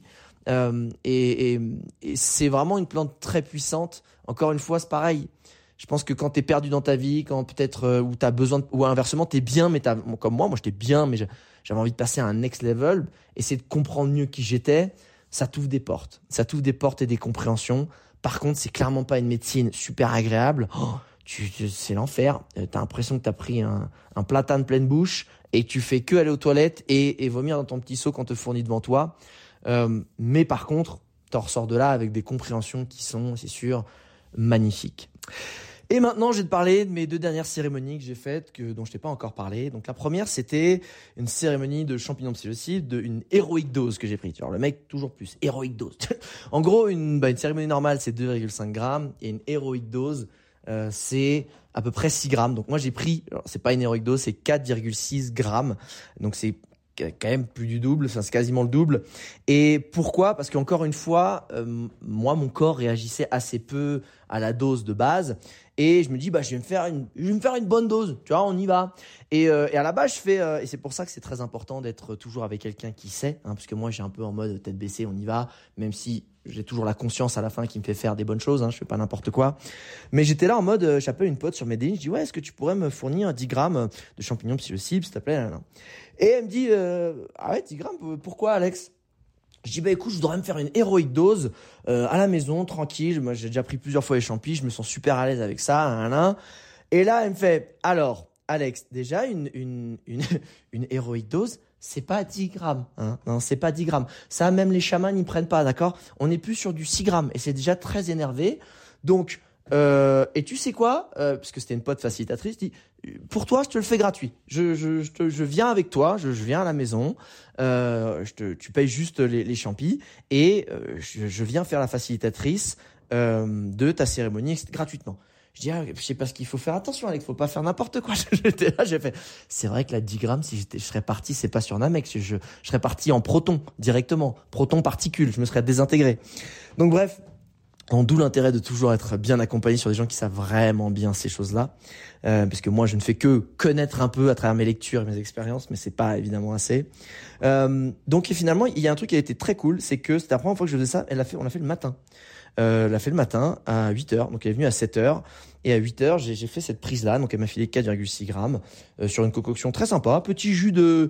Et c'est vraiment une plante très puissante. Encore une fois, c'est pareil. Je pense que quand t'es perdu dans ta vie, quand peut-être où t'as besoin ou inversement t'es bien, mais comme moi j'étais bien, mais j'avais envie de passer à un next level, essayer de comprendre mieux qui j'étais, ça t'ouvre des portes. Ça t'ouvre des portes et des compréhensions. Par contre, c'est clairement pas une médecine super agréable. C'est l'enfer. T'as l'impression que t'as pris un platane pleine bouche et tu fais que aller aux toilettes et vomir dans ton petit seau qu'on te fournit devant toi. Mais par contre, t'en ressors de là avec des compréhensions qui sont, c'est sûr, magnifiques. Et maintenant, je vais te parler de mes 2 dernières cérémonies que j'ai faites, dont je t'ai pas encore parlé. Donc la première, c'était une cérémonie de champignons psilocibe, une héroïque dose que j'ai prise. Alors le mec, toujours plus, héroïque dose. En gros, une cérémonie normale, c'est 2,5 grammes, et une héroïque dose, c'est à peu près 6 grammes. Donc moi, j'ai pris, alors, c'est pas une héroïque dose, c'est 4,6 grammes. Donc c'est quand même plus du double, c'est quasiment le double. Et pourquoi? Parce qu'encore une fois, moi, mon corps réagissait assez peu à la dose de base. Et je me dis, je vais me faire une bonne dose. Tu vois, on y va. Et à la base, et c'est pour ça que c'est très important d'être toujours avec quelqu'un qui sait, parce que moi, j'ai un peu en mode tête baissée, on y va, même si j'ai toujours la conscience à la fin qui me fait faire des bonnes choses, je fais pas n'importe quoi. Mais j'étais là en mode, j'appelle une pote sur Medellin, je dis, ouais, est-ce que tu pourrais me fournir 10 grammes de champignons psilocibe, s'il te plaît? Et elle me dit, ah ouais, 10 grammes, pourquoi, Alex? Je dis, écoute, je voudrais me faire une héroïque dose à la maison, tranquille. Moi, j'ai déjà pris plusieurs fois les champis, je me sens super à l'aise avec ça. Et là, elle me fait, alors, Alex, déjà, une héroïque dose, c'est pas 10 grammes. Non, c'est pas 10 grammes. Ça, même les chamans n'y prennent pas, d'accord? On est plus sur du 6 grammes et c'est déjà très énervé. Donc, et tu sais quoi, parce que c'était une pote facilitatrice, dit, pour toi, je te le fais gratuit. Je viens avec toi, je viens à la maison, tu payes juste les champis et je viens faire la facilitatrice de ta cérémonie gratuitement. Je dis, je sais pas ce qu'il faut faire. Attention, Alex, faut pas faire n'importe quoi. J'étais là, j'ai fait, c'est vrai que la 10 grammes, si je serais parti, c'est pas sur Namex, je serais parti en proton, directement. Proton particule, je me serais désintégré. Donc bref. D'où l'intérêt de toujours être bien accompagné sur des gens qui savent vraiment bien ces choses-là, parce que moi je ne fais que connaître un peu à travers mes lectures et mes expériences, mais c'est pas évidemment assez. Donc et finalement il y a un truc qui a été très cool, c'est que c'était la première fois que je faisais ça. On l'a fait le matin. Elle l'a fait le matin à 8h, donc elle est venue à 7h. Et à 8h, j'ai fait cette prise-là, donc elle m'a filé 4,6 grammes sur une concoction très sympa, petit jus de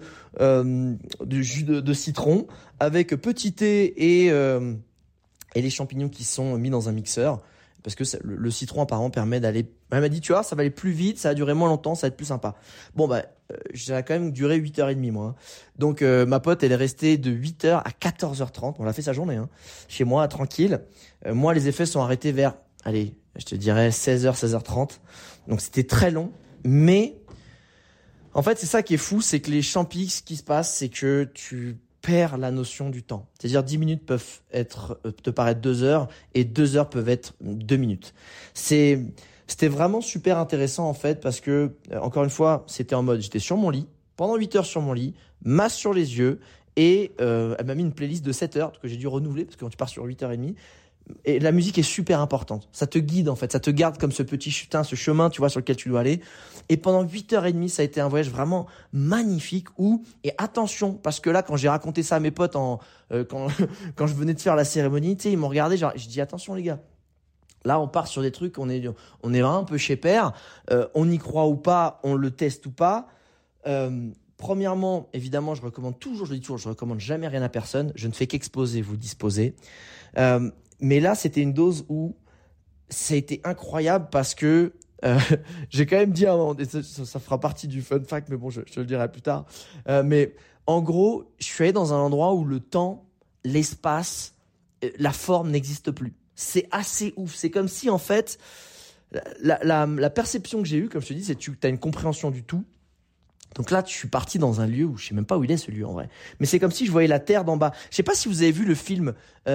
citron avec petit thé et les champignons qui sont mis dans un mixeur, parce que le citron apparemment permet d'aller... Elle m'a dit, tu vois, ça va aller plus vite, ça va durer moins longtemps, ça va être plus sympa. Bon, ça a quand même duré 8h30, moi. Donc, ma pote, elle est restée de 8h à 14h30. On a fait sa journée, chez moi, tranquille. Moi, les effets sont arrêtés vers, allez, je te dirais 16h, 16h30. Donc, c'était très long. Mais, en fait, c'est ça qui est fou, c'est que les champis, ce qui se passe, c'est que tu perds la notion du temps. C'est-à-dire 10 minutes peuvent te paraître 2 heures et 2 heures peuvent être 2 minutes. C'était vraiment super intéressant en fait parce que, encore une fois, c'était en mode, j'étais sur mon lit, pendant 8 heures sur mon lit, masque sur les yeux et elle m'a mis une playlist de 7 heures que j'ai dû renouveler parce que quand tu pars sur 8h30, Et la musique est super importante. Ça te guide, en fait. Ça te garde comme ce petit chutin, ce chemin, tu vois, sur lequel tu dois aller. Et pendant 8h30, ça a été un voyage vraiment magnifique et attention, parce que là, quand j'ai raconté ça à mes potes quand je venais de faire la cérémonie, tu sais, ils m'ont regardé, genre, je dis, attention, les gars. Là, on part sur des trucs, on est vraiment un peu chez père. On y croit ou pas, on le teste ou pas. Premièrement, évidemment, je recommande jamais rien à personne. Je ne fais qu'exposer, vous disposer. Mais là, c'était une dose où ça a été incroyable parce que j'ai quand même dit à un moment, ça fera partie du fun fact, mais bon, je te le dirai plus tard. Mais en gros, je suis allé dans un endroit où le temps, l'espace, la forme n'existe plus. C'est assez ouf. C'est comme si, en fait, la perception que j'ai eue, comme je te dis, c'est que tu as une compréhension du tout. Donc là, je suis parti dans un lieu où je sais même pas où il est, ce lieu en vrai. Mais c'est comme si je voyais la terre d'en bas. Je sais pas si vous avez vu le film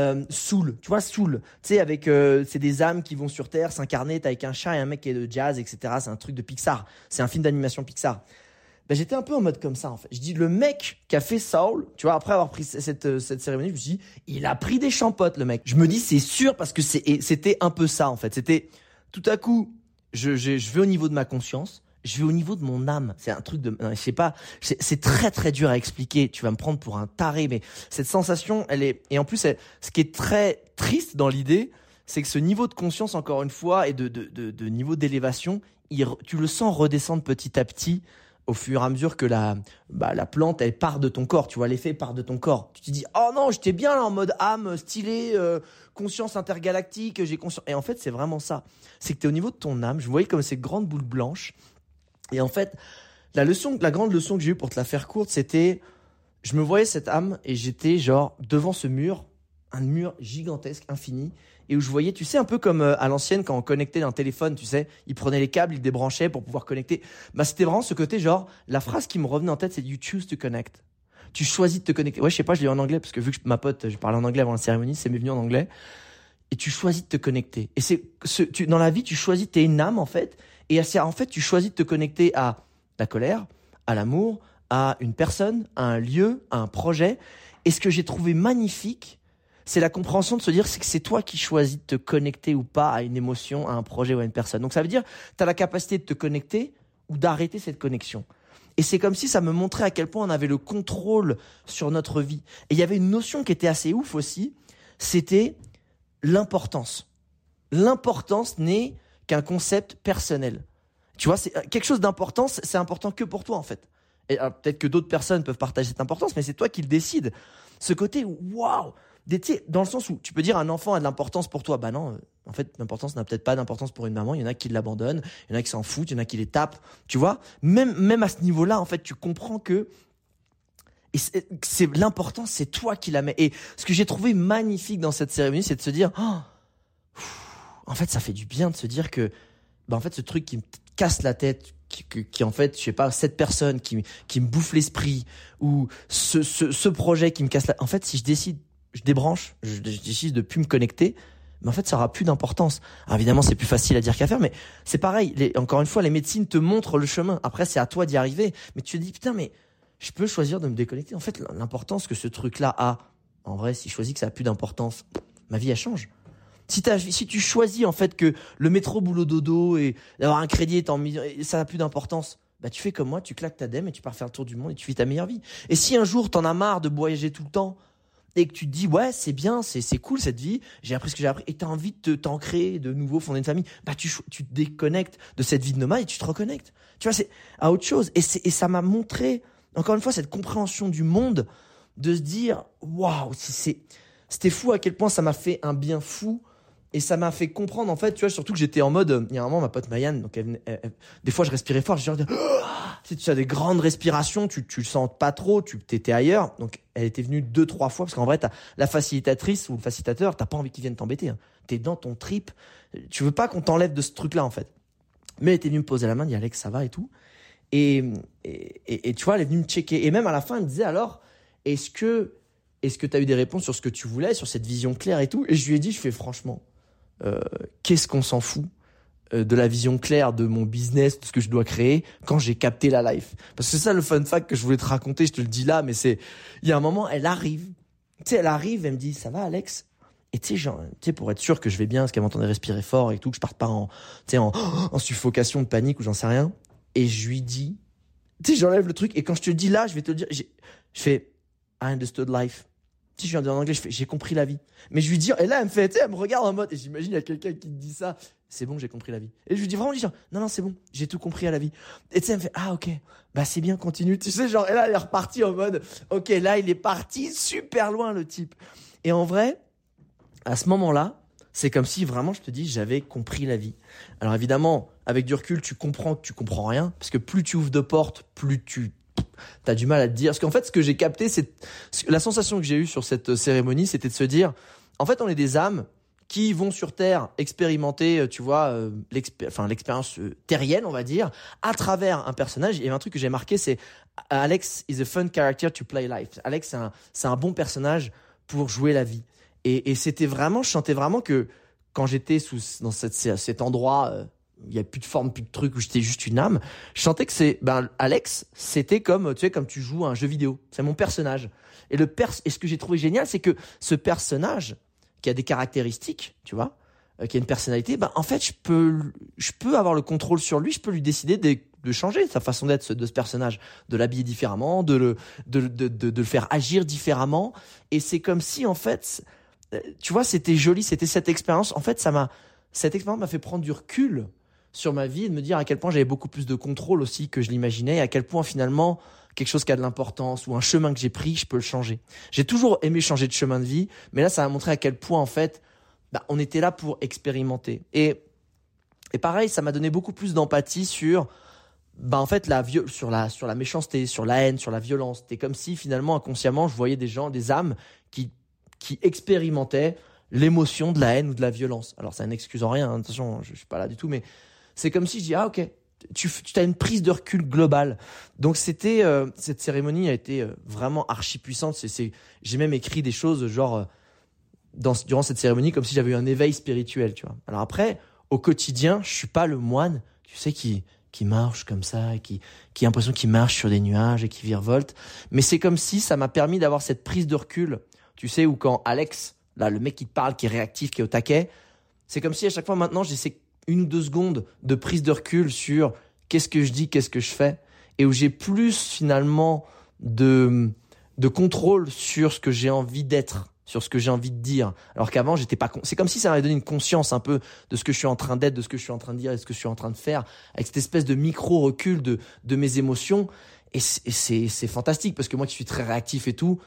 Soul. Tu vois Soul. Tu sais avec c'est des âmes qui vont sur terre s'incarner. T'as avec un chat et un mec qui est de jazz, etc. C'est un truc de Pixar. C'est un film d'animation Pixar. Ben j'étais un peu en mode comme ça en fait. Je dis le mec qui a fait Soul, tu vois, après avoir pris cette cérémonie, je me suis dit il a pris des champottes le mec. Je me dis c'est sûr parce que c'était un peu ça en fait. C'était tout à coup je vais au niveau de ma conscience. Je vais au niveau de mon âme. C'est un truc je sais pas, c'est très très dur à expliquer. Tu vas me prendre pour un taré, mais cette sensation, elle est, et en plus, ce qui est très triste dans l'idée, c'est que ce niveau de conscience, encore une fois, et de niveau d'élévation, tu le sens redescendre petit à petit au fur et à mesure que la plante, elle part de ton corps. Tu vois, l'effet part de ton corps. Tu te dis, oh non, j'étais bien là en mode âme, stylé, conscience intergalactique, j'ai conscience. Et en fait, c'est vraiment ça. C'est que t'es au niveau de ton âme. Je voyais comme ces grandes boules blanches. Et en fait, la grande leçon que j'ai eue pour te la faire courte, c'était, je me voyais cette âme et j'étais genre devant ce mur, un mur gigantesque, infini, et où je voyais, tu sais, un peu comme à l'ancienne quand on connectait un téléphone, tu sais, ils prenaient les câbles, ils débranchaient pour pouvoir connecter. Bah, c'était vraiment ce côté genre, la phrase qui me revenait en tête, c'est you choose to connect. Tu choisis de te connecter. Ouais, je sais pas, je l'ai en anglais parce que vu que ma pote, je parlais en anglais avant la cérémonie, c'est m'est venu en anglais. Et tu choisis de te connecter. Et dans la vie, tu choisis, t'es une âme en fait. Et en fait, tu choisis de te connecter à la colère, à l'amour, à une personne, à un lieu, à un projet. Et ce que j'ai trouvé magnifique, c'est la compréhension de se dire que c'est toi qui choisis de te connecter ou pas à une émotion, à un projet ou à une personne. Donc ça veut dire, tu as la capacité de te connecter ou d'arrêter cette connexion. Et c'est comme si ça me montrait à quel point on avait le contrôle sur notre vie. Et il y avait une notion qui était assez ouf aussi, c'était l'importance. L'importance n'est qu'un concept personnel. Tu vois, c'est quelque chose d'important, c'est important que pour toi en fait. Et alors, peut-être que d'autres personnes peuvent partager cette importance, mais c'est toi qui le décides. Ce côté, waouh, dans le sens où tu peux dire un enfant a de l'importance pour toi. Bah non, en fait, l'importance n'a peut-être pas d'importance pour une maman. Il y en a qui l'abandonnent, il y en a qui s'en foutent, il y en a qui les tapent. Tu vois, même à ce niveau-là, en fait, tu comprends que c'est l'importance, c'est toi qui la mets. Et ce que j'ai trouvé magnifique dans cette cérémonie, c'est de se dire, en fait, ça fait du bien de se dire que, en fait, ce truc qui me casse la tête, qui en fait, je sais pas, cette personne qui me bouffe l'esprit, ou ce projet qui me casse en fait, si je décide, je débranche, je décide de plus me connecter, mais en fait, ça aura plus d'importance. Alors évidemment, c'est plus facile à dire qu'à faire, mais c'est pareil. Encore une fois, les médecines te montrent le chemin. Après, c'est à toi d'y arriver. Mais tu te dis, putain, mais je peux choisir de me déconnecter. En fait, l'importance que ce truc-là a, en vrai, si je choisis que ça a plus d'importance, ma vie, elle change. Si tu choisis en fait que le métro boulot dodo et d'avoir un crédit ça n'a plus d'importance, bah tu fais comme moi, tu claques ta dème et tu pars faire le tour du monde et tu vis ta meilleure vie. Et si un jour t'en as marre de voyager tout le temps et que tu te dis ouais c'est bien, c'est cool cette vie, j'ai appris ce que j'ai appris et t'as envie de t'ancrer de nouveau, fonder une famille, bah tu te déconnectes de cette vie de nomade et tu te reconnectes. Tu vois, c'est à autre chose et ça m'a montré encore une fois cette compréhension du monde, de se dire waouh, c'était fou à quel point ça m'a fait un bien fou. Et ça m'a fait comprendre, en fait, tu vois, surtout que j'étais en mode, il y a un moment, ma pote Mayanne, donc des fois je respirais fort, je disais, si tu as des grandes respirations, tu le sens pas trop, t'étais ailleurs. Donc elle était venue 2-3 fois, parce qu'en vrai, t'as la facilitatrice ou le facilitateur, t'as pas envie qu'ils viennent t'embêter. Hein. T'es dans ton trip, tu veux pas qu'on t'enlève de ce truc-là, en fait. Mais elle était venue me poser la main, elle dit Alex, ça va et tout. Et tu vois, elle est venue me checker. Et même à la fin, elle me disait, alors, est-ce que t'as eu des réponses sur ce que tu voulais, sur cette vision claire et tout? Et je lui ai dit, je fais franchement, qu'est-ce qu'on s'en fout de la vision claire de mon business, de ce que je dois créer quand j'ai capté la life. Parce que c'est ça le fun fact que je voulais te raconter, je te le dis là, mais il y a un moment, elle arrive, elle me dit, ça va Alex? Et tu sais, pour être sûr que je vais bien, parce qu'elle m'entendait respirer fort et tout, que je parte pas en suffocation de panique ou j'en sais rien. Et je lui dis, tu sais, j'enlève le truc et quand je te le dis là, je vais te le dire, je fais, I understood life. Tu sais, je viens de dire en anglais, je fais, j'ai compris la vie. Mais je lui dis, et là, elle me fait, tu sais, elle me regarde en mode, et j'imagine, il y a quelqu'un qui te dit ça, c'est bon, j'ai compris la vie. Et je lui dis vraiment, non, c'est bon, j'ai tout compris à la vie. Et tu sais, elle me fait, ah, ok, bah, c'est bien, continue. Tu sais, et là, elle est repartie en mode, ok, là, il est parti super loin, le type. Et en vrai, à ce moment-là, c'est comme si vraiment, je te dis, j'avais compris la vie. Alors évidemment, avec du recul, tu comprends que tu comprends rien, parce que plus tu ouvres de portes, plus t'as du mal à te dire. Parce qu'en fait, ce que j'ai capté, c'est la sensation que j'ai eue sur cette cérémonie, c'était de se dire, en fait, on est des âmes qui vont sur Terre expérimenter, tu vois, l'expérience terrienne, on va dire, à travers un personnage. Il y avait un truc que j'ai marqué, c'est Alex is a fun character to play life. Alex, c'est un bon personnage pour jouer la vie. Et c'était vraiment, je sentais vraiment que quand j'étais dans cet endroit, il y a plus de forme, plus de trucs, où j'étais juste une âme, je sentais que Alex, c'était comme, tu sais, comme tu joues à un jeu vidéo. C'est mon personnage. Et ce que j'ai trouvé génial, c'est que ce personnage, qui a des caractéristiques, tu vois, qui a une personnalité, en fait, je peux avoir le contrôle sur lui, je peux lui décider de changer sa façon d'être de ce personnage, de l'habiller différemment, de le faire agir différemment. Et c'est comme si, en fait, tu vois, c'était joli, c'était cette expérience. En fait, cette expérience m'a fait prendre du recul sur ma vie et de me dire à quel point j'avais beaucoup plus de contrôle aussi que je l'imaginais, et à quel point finalement quelque chose qui a de l'importance ou un chemin que j'ai pris, je peux le changer. J'ai toujours aimé changer de chemin de vie, mais là, ça m'a montré à quel point, en fait, on était là pour expérimenter. Et pareil, ça m'a donné beaucoup plus d'empathie sur, en fait, sur la méchanceté, sur la haine, sur la violence. C'était comme si, finalement, inconsciemment, je voyais des gens, des âmes qui expérimentaient l'émotion de la haine ou de la violence. Alors, ça n'excuse en rien, hein, attention, je suis pas là du tout, mais c'est comme si je dis, ah, ok, tu as une prise de recul globale. Donc cette cérémonie a été vraiment archi puissante. J'ai même écrit des choses genre durant cette cérémonie comme si j'avais eu un éveil spirituel, tu vois. Alors après, au quotidien, je suis pas le moine, tu sais, qui marche comme ça, et qui a l'impression qu'il marche sur des nuages et qui virevolte. Mais c'est comme si ça m'a permis d'avoir cette prise de recul, tu sais, où quand Alex, là, le mec qui te parle, qui est réactif, qui est au taquet, c'est comme si à chaque fois maintenant j'essaie 1 ou 2 secondes de prise de recul sur qu'est-ce que je dis, qu'est-ce que je fais, et où j'ai plus finalement de contrôle sur ce que j'ai envie d'être, sur ce que j'ai envie de dire. Alors qu'avant, j'étais pas c'est comme si ça m'avait donné une conscience un peu de ce que je suis en train d'être, de ce que je suis en train de dire et de ce que je suis en train de faire, avec cette espèce de micro-recul de mes émotions. Et c'est fantastique, parce que moi qui suis très réactif et tout,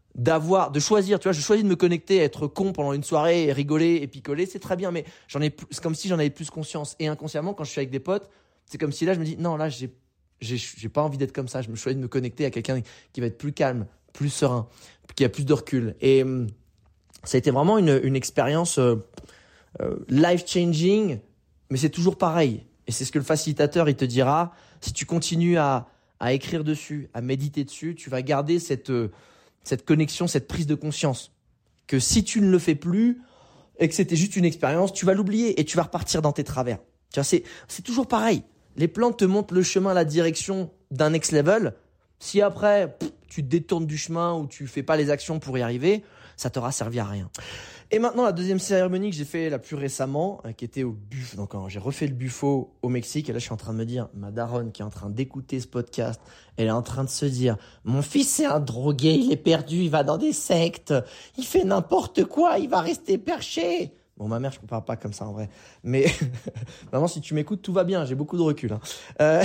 de choisir, tu vois, je choisis de me connecter, à être con pendant une soirée, et rigoler et picoler, c'est très bien, mais c'est comme si j'en avais plus conscience. Et inconsciemment, quand je suis avec des potes, c'est comme si là, je me dis, non, là, j'ai pas envie d'être comme ça. Je me choisis de me connecter à quelqu'un qui va être plus calme, plus serein, qui a plus de recul. Et ça a été vraiment une expérience life-changing, mais c'est toujours pareil. Et c'est ce que le facilitateur, il te dira, si tu continues à écrire dessus, à méditer dessus, tu vas garder cette connexion, cette prise de conscience. Que si tu ne le fais plus et que c'était juste une expérience, tu vas l'oublier et tu vas repartir dans tes travers. Tu vois, c'est toujours pareil. Les plantes te montrent le chemin, la direction d'un next level. Si après, tu te détournes du chemin ou tu fais pas les actions pour y arriver, ça t'aura servi à rien. Et maintenant, la deuxième cérémonie que j'ai fait la plus récemment, qui était au buffet. Donc, j'ai refait le buffet au Mexique. Et là, je suis en train de me dire, ma daronne qui est en train d'écouter ce podcast, elle est en train de se dire, mon fils c'est un drogué, il est perdu, il va dans des sectes, il fait n'importe quoi, il va rester perché. Bon, ma mère, je ne parle pas comme ça en vrai. Mais maman, si tu m'écoutes, tout va bien, j'ai beaucoup de recul. Hein.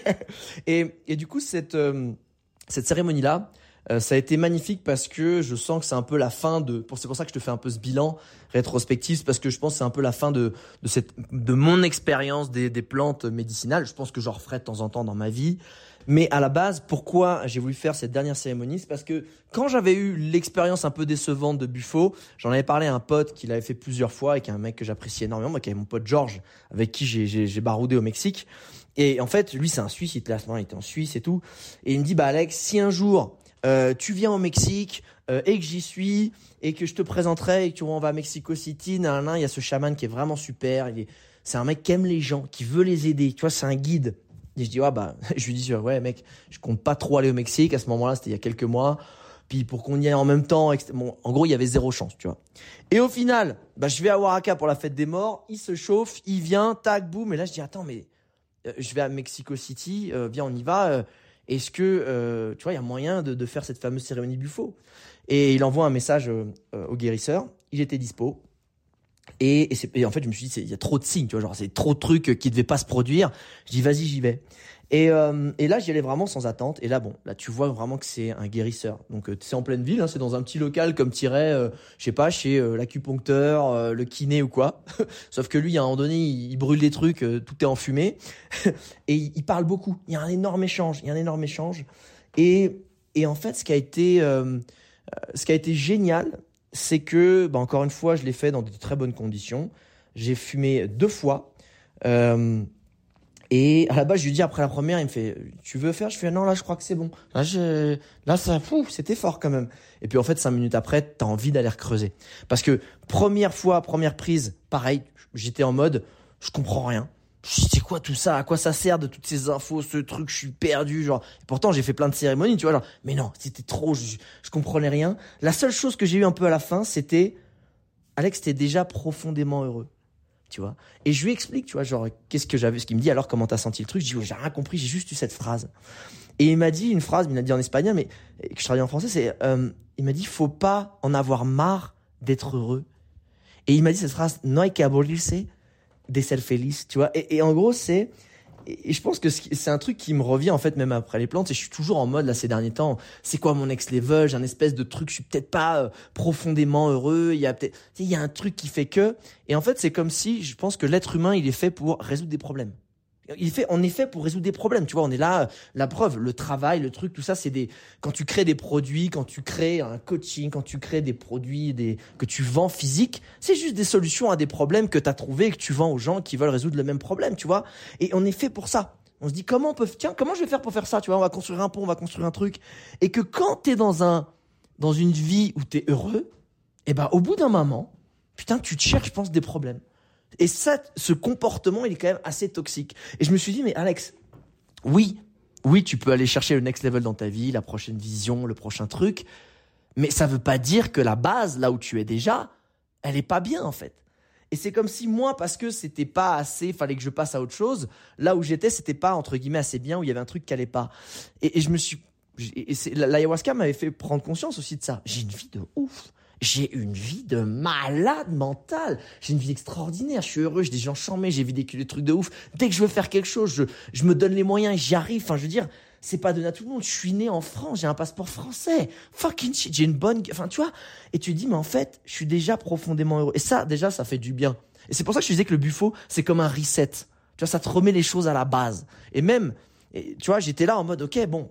Et du coup, cette cérémonie-là, ça a été magnifique parce que je sens que c'est un peu la fin c'est pour ça que je te fais un peu ce bilan rétrospectif, parce que je pense que c'est un peu la fin de mon expérience des plantes médicinales. Je pense que j'en referai de temps en temps dans ma vie. Mais à la base, pourquoi j'ai voulu faire cette dernière cérémonie, c'est parce que quand j'avais eu l'expérience un peu décevante de Buffo, j'en avais parlé à un pote qui l'avait fait plusieurs fois et qui est un mec que j'apprécie énormément, moi qui est mon pote Georges, avec qui j'ai baroudé au Mexique. Et en fait, lui c'est un Suisse, il était en Suisse et tout. Et il me dit, Alex, si un jour tu viens au Mexique et que j'y suis et que je te présenterai et que on va à Mexico City, il y a ce chaman qui est vraiment super. C'est un mec qui aime les gens, qui veut les aider. Tu vois, c'est un guide. Et je dis, je lui dis, ouais, mec, je compte pas trop aller au Mexique. À ce moment-là, c'était il y a quelques mois. Puis pour qu'on y aille en même temps, bon, en gros, il y avait 0 chance, tu vois. Et au final, je vais à Oaxaca pour la fête des morts. Il se chauffe, il vient, tac, boum. Et là, je dis, attends, mais je vais à Mexico City, viens, on y va. Est-ce que, tu vois, il y a moyen de faire cette fameuse cérémonie buffo? Et il envoie un message au guérisseur. Il était dispo. Et en fait, je me suis dit, il y a trop de signes, tu vois, genre, c'est trop de trucs qui devaient pas se produire. Je dis, vas-y, j'y vais. Et là, j'y allais vraiment sans attente. Et là, bon, là, tu vois vraiment que c'est un guérisseur. Donc, c'est en pleine ville, hein, c'est dans un petit local comme t'irais, je sais pas, chez l'acupuncteur, le kiné ou quoi. Sauf que lui, à un moment donné, il brûle des trucs, tout est enfumé. Et il parle beaucoup. Il y a un énorme échange. Et en fait, ce qui a été génial, c'est que, encore une fois, je l'ai fait dans de très bonnes conditions. J'ai fumé 2 fois. Et à la base, je lui dis après la première, il me fait, tu veux faire? Je fais, non, là, je crois que c'est bon. Là, c'était fort quand même. Et puis en fait, 5 minutes après, t'as envie d'aller creuser. Parce que première prise, pareil, j'étais en mode, je comprends rien. Je dis, c'est quoi tout ça? À quoi ça sert de toutes ces infos, ce truc? Je suis perdu, genre. Et pourtant, j'ai fait plein de cérémonies, tu vois, genre. Mais non, c'était trop, je comprenais rien. La seule chose que j'ai eu un peu à la fin, c'était, Alex, t'es déjà profondément heureux. Tu vois. Et je lui explique, tu vois, genre, qu'est-ce que j'avais, ce qu'il me dit, alors comment t'as senti le truc? Je dis, j'ai rien compris, j'ai juste eu cette phrase. Et il m'a dit une phrase, il m'a dit en espagnol, mais que je traduis en français, c'est, il m'a dit, faut pas en avoir marre d'être heureux. Et il m'a dit cette phrase, no hay que aburrirse de ser feliz, tu vois. Et en gros, et je pense que c'est un truc qui me revient, en fait, même après les plantes. Et je suis toujours en mode, là, ces derniers temps, c'est quoi mon next level? J'ai un espèce de truc, je suis peut-être pas profondément heureux. Il y a un truc qui fait que. Et en fait, c'est comme si, je pense que l'être humain, il est fait pour résoudre des problèmes. On est fait pour résoudre des problèmes, tu vois, on est là, la preuve, le travail, le truc, tout ça, quand tu crées des produits, quand tu crées un coaching, quand tu crées des produits, que tu vends physique, c'est juste des solutions à des problèmes que tu as trouvés et que tu vends aux gens qui veulent résoudre le même problème, tu vois. Et on est fait pour ça. On se dit, comment je vais faire pour faire ça, tu vois, on va construire un pont, on va construire un truc. Et que quand t'es dans une vie où t'es heureux, au bout d'un moment, putain, tu te cherches, je pense, des problèmes. Et ça, ce comportement, il est quand même assez toxique. Et je me suis dit, mais Alex, oui, tu peux aller chercher le next level dans ta vie, la prochaine vision, le prochain truc. Mais ça veut pas dire que la base, là où tu es déjà, elle est pas bien, en fait. Et c'est comme si moi, parce que c'était pas assez, fallait que je passe à autre chose, là où j'étais, c'était pas, entre guillemets, assez bien, où il y avait un truc qui allait pas. Et l'ayahuasca m'avait fait prendre conscience aussi de ça. J'ai une vie de ouf. J'ai une vie de malade mental. J'ai une vie extraordinaire. Je suis heureux. J'ai des gens charmés. J'ai vécu des trucs de ouf. Dès que je veux faire quelque chose, je me donne les moyens. J'y arrive. Enfin, je veux dire, c'est pas donné à tout le monde. Je suis né en France. J'ai un passeport français. Fucking shit. J'ai une bonne, enfin, tu vois. Et tu te dis, mais en fait, je suis déjà profondément heureux. Et ça, déjà, ça fait du bien. Et c'est pour ça que je disais que le buffo, c'est comme un reset. Tu vois, ça te remet les choses à la base. Et même, tu vois, j'étais là en mode, ok, bon,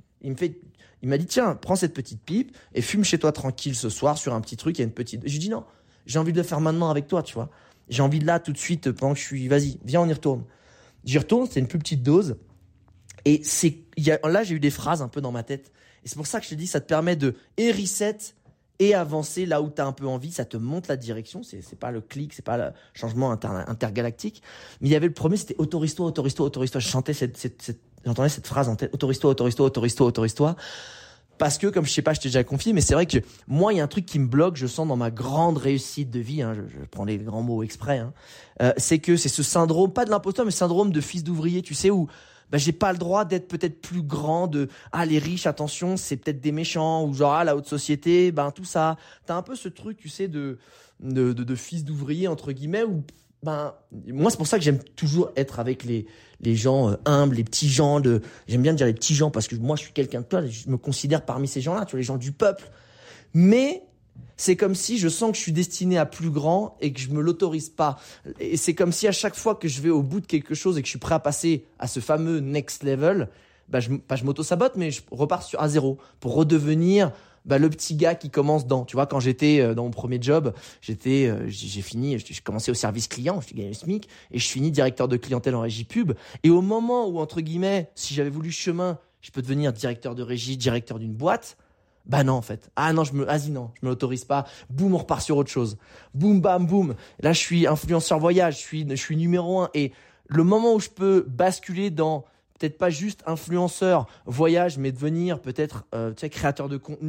il m'a dit, tiens, prends cette petite pipe et fume chez toi tranquille ce soir sur un petit truc, il y a une petite. Je lui dis non, j'ai envie de le faire maintenant avec toi, tu vois. J'ai envie de là tout de suite pendant que vas-y, viens, on y retourne. J'y retourne, c'est une plus petite dose. Et là, j'ai eu des phrases un peu dans ma tête. Et c'est pour ça que je te dis, ça te permet de reset et avancer là où tu as un peu envie. Ça te montre la direction. C'est pas le clic, c'est pas le changement intergalactique. Mais il y avait le premier, c'était autorise-toi, autorise-toi, autorise-toi. Je chantais j'entendais cette phrase en tête, autorise-toi, autorise-toi, autorise-toi, autorise-toi. Parce que, comme je sais pas, je t'ai déjà confié, mais c'est vrai que moi, il y a un truc qui me bloque, je sens dans ma grande réussite de vie, hein, je prends les grands mots exprès, hein, c'est que c'est ce syndrome, pas de l'imposteur, mais syndrome de fils d'ouvrier, tu sais, où j'ai pas le droit d'être peut-être plus grand, les riches, attention, c'est peut-être des méchants, ou genre, la haute société, tout ça. T'as un peu ce truc, tu sais, de fils d'ouvrier, entre guillemets, où moi, c'est pour ça que j'aime toujours être avec les gens humbles, les petits gens j'aime bien dire les petits gens parce que moi, je suis quelqu'un de toi, je me considère parmi ces gens-là, tu vois, les gens du peuple. Mais c'est comme si je sens que je suis destiné à plus grand et que je me l'autorise pas. Et c'est comme si à chaque fois que je vais au bout de quelque chose et que je suis prêt à passer à ce fameux next level, je m'auto-sabote, mais je repars à zéro pour redevenir le petit gars qui commence tu vois, quand j'étais dans mon premier job, j'ai commencé au service client, je gagnais le SMIC et je finis directeur de clientèle en régie pub. Et au moment où, entre guillemets, si j'avais voulu ce chemin, je peux devenir directeur de régie, directeur d'une boîte. Non, en fait. Je me l'autorise pas. Boum, on repart sur autre chose. Boum, bam, boum. Là, je suis influenceur voyage, je suis numéro 1. Et le moment où je peux basculer dans peut-être pas juste influenceur voyage, mais devenir peut-être créateur de contenu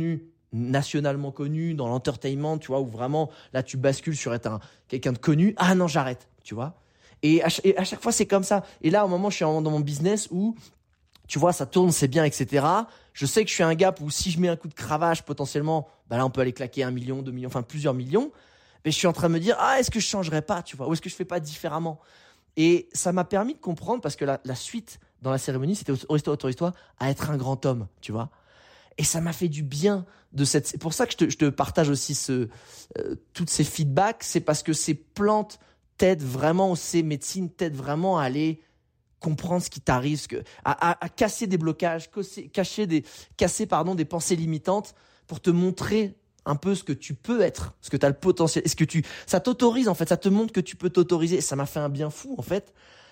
nationalement connu dans l'entertainment, tu vois, où vraiment là tu bascules sur être quelqu'un de connu. Ah non, j'arrête, tu vois. Et à chaque fois c'est comme ça. Et là au moment où je suis dans mon business où tu vois ça tourne, c'est bien, etc. Je sais que je suis un gap où si je mets un coup de cravache potentiellement, bah là on peut aller claquer 1 million, 2 millions, enfin plusieurs millions. Mais je suis en train de me dire est-ce que je changerais pas, tu vois, ou est-ce que je fais pas différemment. Et ça m'a permis de comprendre parce que la suite dans la cérémonie c'était autorise-toi à être un grand homme, tu vois. Et ça m'a fait du bien c'est pour ça que je te partage aussi toutes ces feedbacks, c'est parce que ces plantes t'aident vraiment, ces médecines t'aident vraiment à aller comprendre ce qui t'arrive, à casser des blocages, casser des pensées limitantes pour te montrer un peu ce que tu peux être, ce que tu as le potentiel, ça t'autorise en fait, ça te montre que tu peux t'autoriser. Et ça m'a fait un bien fou en fait.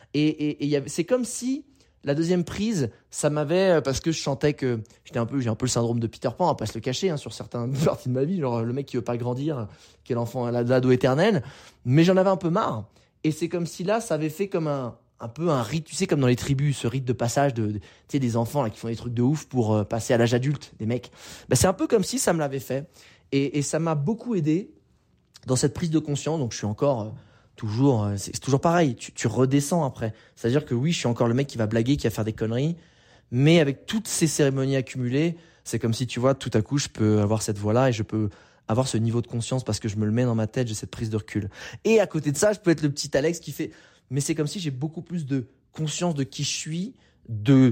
Et c'est comme si la deuxième prise, ça m'avait, parce que je sentais que j'ai un peu le syndrome de Peter Pan, à pas se le cacher, sur certaines parties de ma vie, genre le mec qui veut pas grandir, qui est l'ado éternel, mais j'en avais un peu marre. Et c'est comme si là, ça avait fait comme un peu un rite, tu sais, comme dans les tribus, ce rite de passage tu sais, des enfants là qui font des trucs de ouf pour passer à l'âge adulte, des mecs. Ben, c'est un peu comme si ça me l'avait fait. Et ça m'a beaucoup aidé dans cette prise de conscience. Donc je suis encore toujours, c'est toujours pareil, tu redescends après. C'est-à-dire que oui, je suis encore le mec qui va blaguer, qui va faire des conneries, mais avec toutes ces cérémonies accumulées, c'est comme si, tu vois, tout à coup, je peux avoir cette voix-là et je peux avoir ce niveau de conscience parce que je me le mets dans ma tête, j'ai cette prise de recul. Et à côté de ça, je peux être le petit Alex qui fait, mais c'est comme si j'ai beaucoup plus de conscience de qui je suis, de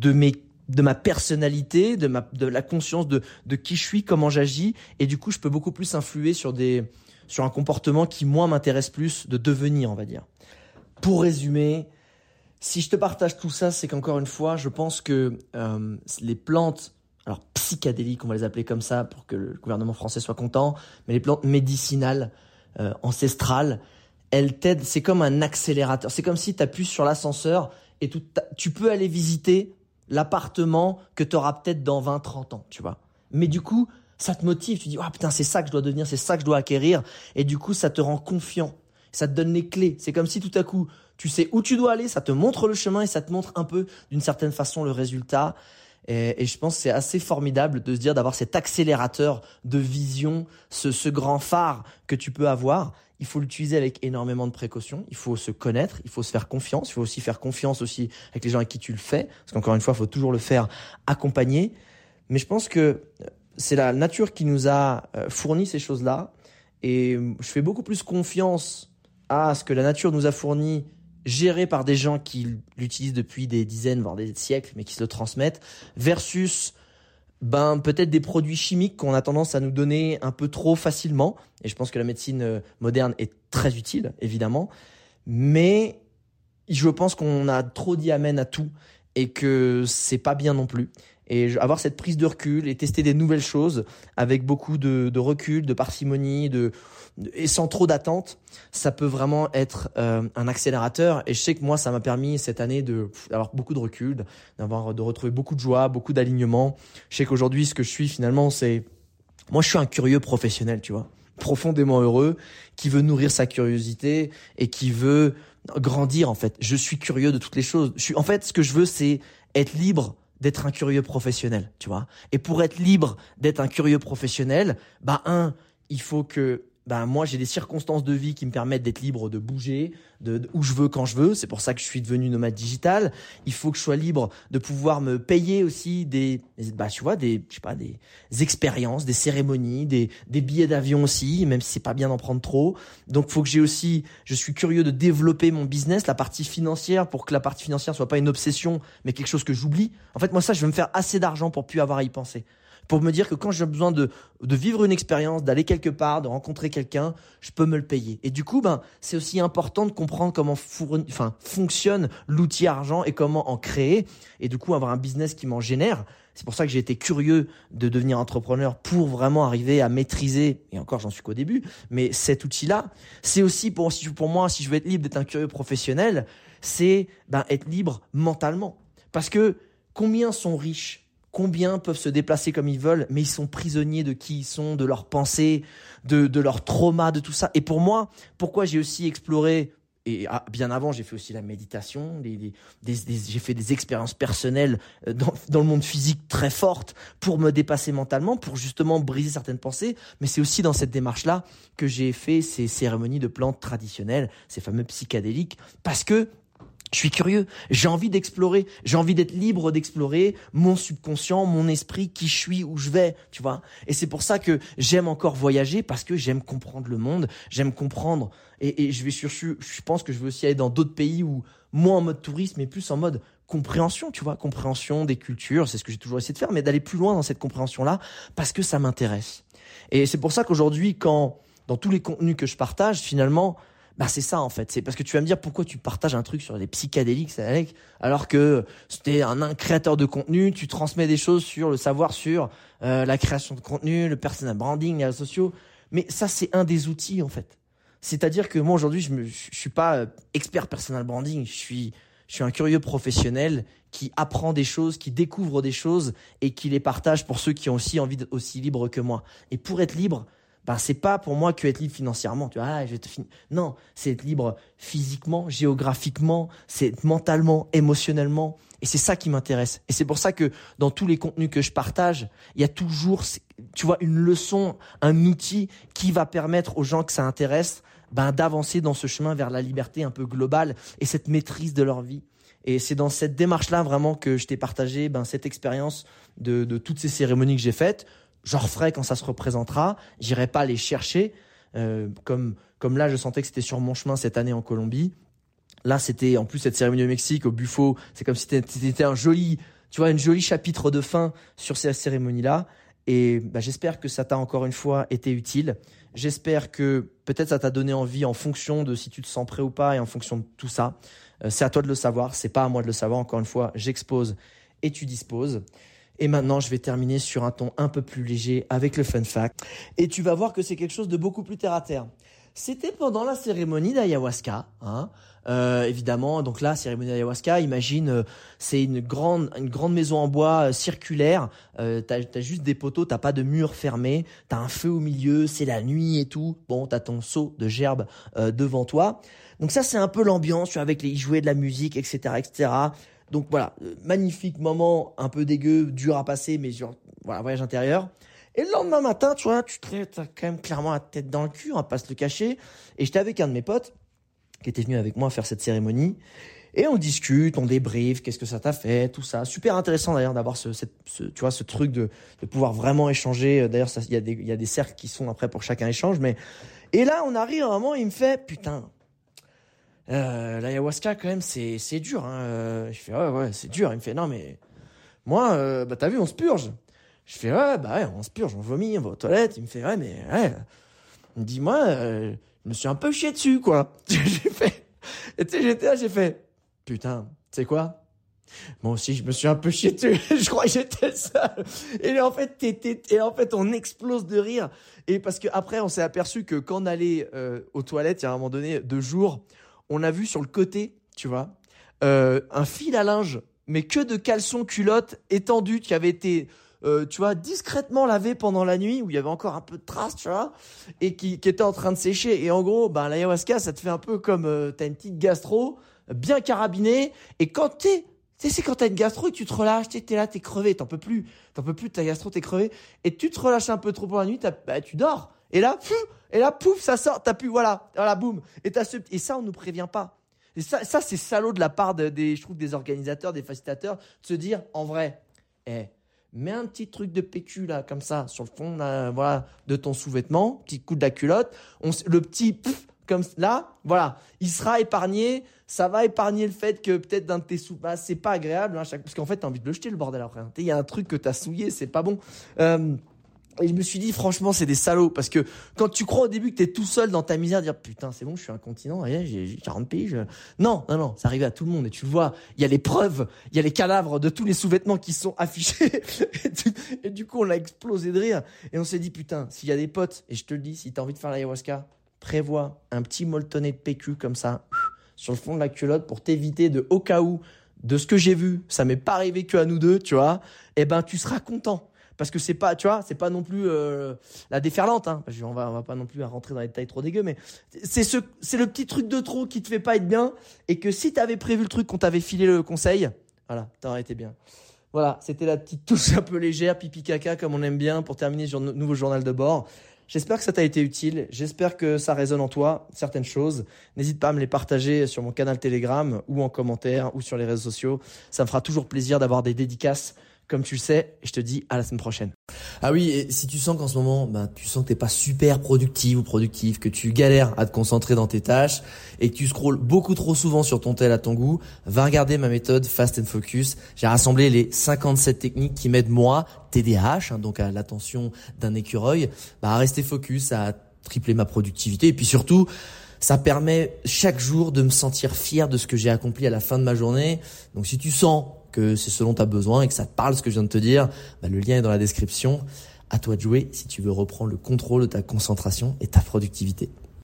ma personnalité, de la conscience de qui je suis, comment j'agis, et du coup, je peux beaucoup plus influer sur un comportement qui, moi, m'intéresse plus de devenir, on va dire. Pour résumer, si je te partage tout ça, c'est qu'encore une fois, je pense que les plantes, alors psychédéliques, on va les appeler comme ça pour que le gouvernement français soit content, mais les plantes médicinales, ancestrales, elles t'aident, c'est comme un accélérateur. C'est comme si tu appuies sur l'ascenseur et tu peux aller visiter l'appartement que tu auras peut-être dans 20-30 ans, tu vois. Mais du coup, ça te motive, tu dis putain, c'est ça que je dois devenir, c'est ça que je dois acquérir, et du coup ça te rend confiant, ça te donne les clés. C'est comme si tout à coup tu sais où tu dois aller, ça te montre le chemin et ça te montre un peu d'une certaine façon le résultat. Et je pense que c'est assez formidable de se dire d'avoir cet accélérateur de vision, ce grand phare que tu peux avoir. Il faut l'utiliser avec énormément de précautions, il faut se connaître, il faut se faire confiance, il faut aussi faire confiance aussi avec les gens avec qui tu le fais, parce qu'encore une fois, il faut toujours le faire accompagner. Mais je pense que c'est la nature qui nous a fourni ces choses-là, et je fais beaucoup plus confiance à ce que la nature nous a fourni, géré par des gens qui l'utilisent depuis des dizaines, voire des siècles, mais qui se le transmettent, versus peut-être des produits chimiques qu'on a tendance à nous donner un peu trop facilement. Et je pense que la médecine moderne est très utile, évidemment, mais je pense qu'on a trop dit amen à tout et que c'est pas bien non plus. Et avoir cette prise de recul et tester des nouvelles choses avec beaucoup de recul, de parcimonie, et sans trop d'attente, ça peut vraiment être un accélérateur. Et je sais que moi, ça m'a permis cette année d'avoir beaucoup de recul, de retrouver beaucoup de joie, beaucoup d'alignement. Je sais qu'aujourd'hui, ce que je suis finalement, moi, je suis un curieux professionnel, tu vois, profondément heureux, qui veut nourrir sa curiosité et qui veut grandir, en fait. Je suis curieux de toutes les choses. En fait, ce que je veux, c'est être libre d'être un curieux professionnel, tu vois. Et pour être libre d'être un curieux professionnel, il faut que moi j'ai des circonstances de vie qui me permettent d'être libre de bouger, où je veux quand je veux. C'est pour ça que je suis devenu nomade digital. Il faut que je sois libre de pouvoir me payer aussi des expériences, des cérémonies, des billets d'avion aussi, même si c'est pas bien d'en prendre trop. Donc faut que je suis curieux de développer mon business, la partie financière, pour que la partie financière soit pas une obsession, mais quelque chose que j'oublie. En fait, moi ça, je veux me faire assez d'argent pour plus avoir à y penser. Pour me dire que quand j'ai besoin de vivre une expérience, d'aller quelque part, de rencontrer quelqu'un, je peux me le payer. Et du coup, c'est aussi important de comprendre comment fonctionne l'outil argent et comment en créer. Et du coup, avoir un business qui m'en génère. C'est pour ça que j'ai été curieux de devenir entrepreneur pour vraiment arriver à maîtriser, et encore j'en suis qu'au début, mais cet outil-là, c'est aussi pour moi, si je veux être libre d'être un curieux professionnel, c'est être libre mentalement. Parce que combien sont riches ? Combien peuvent se déplacer comme ils veulent, mais ils sont prisonniers de qui ils sont, de leurs pensées, de leurs traumas, de tout ça. Et pour moi, pourquoi j'ai aussi exploré bien avant, j'ai fait aussi la méditation, j'ai fait des expériences personnelles dans le monde physique très fortes pour me dépasser mentalement, pour justement briser certaines pensées. Mais c'est aussi dans cette démarche-là que j'ai fait ces cérémonies de plantes traditionnelles, ces fameux psychédéliques, parce que je suis curieux, j'ai envie d'explorer, j'ai envie d'être libre d'explorer mon subconscient, mon esprit, qui je suis, où je vais, tu vois. Et c'est pour ça que j'aime encore voyager, parce que j'aime comprendre le monde, j'aime comprendre. Et je pense que je veux aussi aller dans d'autres pays où, moins en mode tourisme, mais plus en mode compréhension, tu vois, compréhension des cultures, c'est ce que j'ai toujours essayé de faire, mais d'aller plus loin dans cette compréhension-là, parce que ça m'intéresse. Et c'est pour ça qu'aujourd'hui, dans tous les contenus que je partage, finalement, c'est ça en fait. C'est parce que tu vas me dire pourquoi tu partages un truc sur les psychédéliques, alors que c'était un créateur de contenu, tu transmets des choses sur le savoir sur la création de contenu, le personal branding, les réseaux sociaux. Mais ça, c'est un des outils en fait. C'est-à-dire que moi aujourd'hui, je suis pas expert personal branding. Je suis un curieux professionnel qui apprend des choses, qui découvre des choses et qui les partage pour ceux qui ont aussi envie d'être aussi libres que moi. Et pour être libre, c'est pas pour moi que être libre financièrement. Tu vois, non, c'est être libre physiquement, géographiquement, c'est être mentalement, émotionnellement. Et c'est ça qui m'intéresse. Et c'est pour ça que dans tous les contenus que je partage, il y a toujours, tu vois, une leçon, un outil qui va permettre aux gens que ça intéresse, d'avancer dans ce chemin vers la liberté un peu globale et cette maîtrise de leur vie. Et c'est dans cette démarche-là vraiment que je t'ai partagé cette expérience de toutes ces cérémonies que j'ai faites. J'en referai quand ça se représentera. J'irai pas les chercher. Comme là, je sentais que c'était sur mon chemin cette année en Colombie. Là, c'était en plus cette cérémonie au Mexique, au Buffo. C'est comme si c'était un joli chapitre de fin sur ces cérémonies-là. Et j'espère que ça t'a encore une fois été utile. J'espère que peut-être ça t'a donné envie en fonction de si tu te sens prêt ou pas et en fonction de tout ça. C'est à toi de le savoir. C'est pas à moi de le savoir. Encore une fois, j'expose et tu disposes. Et maintenant, je vais terminer sur un ton un peu plus léger avec le fun fact. Et tu vas voir que c'est quelque chose de beaucoup plus terre à terre. C'était pendant la cérémonie d'ayahuasca, évidemment. Donc là, cérémonie d'ayahuasca, imagine, c'est une grande maison en bois circulaire. T'as juste des poteaux, t'as pas de mur fermé, t'as un feu au milieu, c'est la nuit et tout. Bon, t'as ton seau de gerbe devant toi. Donc ça, c'est un peu l'ambiance, tu vois, avec les jouets de la musique, etc., etc. Donc voilà, magnifique moment, un peu dégueu, dur à passer, mais voilà, voyage intérieur. Et le lendemain matin, tu vois, t'as quand même clairement la tête dans le cul, on va pas se le cacher. Et j'étais avec un de mes potes qui était venu avec moi faire cette cérémonie. Et on discute, on débriefe, qu'est-ce que ça t'a fait, tout ça. Super intéressant d'ailleurs d'avoir ce truc de pouvoir vraiment échanger. D'ailleurs, il y a des cercles qui sont après pour chacun échange. Et là, on arrive à un moment, il me fait, putain, l'ayahuasca quand même c'est dur. Je fais ouais, c'est dur. Il me fait non mais moi, t'as vu, on se purge. Je fais ouais, on se purge, on vomit, on va aux toilettes. Il me fait ouais, mais ouais. Il me dit moi, je me suis un peu chié dessus quoi. J'ai fait, et tu sais, j'étais là, j'ai fait putain, tu sais quoi? Moi aussi, je me suis un peu chié dessus. Je crois que j'étais le seul. Et en fait, on explose de rire. Et parce que après, on s'est aperçu que quand on allait aux toilettes, il y a un moment donné, 2 jours, on a vu sur le côté, tu vois, un fil à linge, mais que de caleçon culotte étendu qui avait été, tu vois, discrètement lavé pendant la nuit, où il y avait encore un peu de traces, tu vois, et qui était en train de sécher. Et en gros, l'ayahuasca, ça te fait un peu comme t'as une petite gastro, bien carabinée, et quand c'est quand t'as une gastro et que tu te relâches, t'es là, t'es crevé, t'en peux plus de ta gastro, t'es crevé, et tu te relâches un peu trop pour la nuit, tu dors. Et là, pouf, ça sort, t'as plus, voilà, boum. Et ça, on nous prévient pas. Et ça, c'est salaud de la part je trouve, des organisateurs, des facilitateurs, de se dire, en vrai, mets un petit truc de PQ, là, comme ça, sur le fond, voilà, de ton sous-vêtement, petit coup de la culotte, le petit, comme là, voilà, il sera épargné. Ça va épargner le fait que peut-être d'un de tes sous, c'est pas agréable, parce qu'en fait, t'as envie de le jeter, le bordel après. Il y a un truc que t'as souillé, c'est pas bon. Et je me suis dit, franchement, c'est des salauds. Parce que quand tu crois au début que t'es tout seul dans ta misère, dire, putain, c'est bon, je suis un continent, j'ai 40 pays. Non, ça arrive à tout le monde. Et tu le vois, il y a les preuves, il y a les cadavres de tous les sous-vêtements qui sont affichés. Et du coup, on a explosé de rire. Et on s'est dit, putain, s'il y a des potes, et je te le dis, si t'as envie de faire l'ayahuasca, prévois un petit molletonnet de PQ comme ça, sur le fond de la culotte, pour t'éviter de, au cas où, de ce que j'ai vu, ça m'est pas arrivé que à nous deux, tu vois, tu seras content. parce que c'est pas, tu vois, c'est pas non plus la déferlante, hein. On va pas non plus rentrer dans les détails trop dégueux, mais c'est le petit truc de trop qui te fait pas être bien, et que si t'avais prévu le truc, qu'on t'avait filé le conseil, voilà, t'aurais été bien. Voilà, c'était la petite touche un peu légère, pipi caca comme on aime bien, pour terminer sur notre nouveau journal de bord. J'espère que ça t'a été utile, j'espère que ça résonne en toi, certaines choses. N'hésite pas à me les partager sur mon canal Telegram ou en commentaire ou sur les réseaux sociaux. Ça me fera toujours plaisir d'avoir des dédicaces, comme tu le sais, et je te dis à la semaine prochaine. Ah oui, et si tu sens qu'en ce moment, tu sens que t'es pas super productif ou productif, que tu galères à te concentrer dans tes tâches et que tu scrolles beaucoup trop souvent sur ton tel à ton goût, va regarder ma méthode Fast and Focus. J'ai rassemblé les 57 techniques qui m'aident moi, TDAH, donc à l'attention d'un écureuil, à rester focus, à tripler ma productivité, et puis surtout, ça permet chaque jour de me sentir fier de ce que j'ai accompli à la fin de ma journée. Donc si tu sens que c'est ce dont tu as besoin et que ça te parle ce que je viens de te dire, le lien est dans la description. À toi de jouer si tu veux reprendre le contrôle de ta concentration et ta productivité.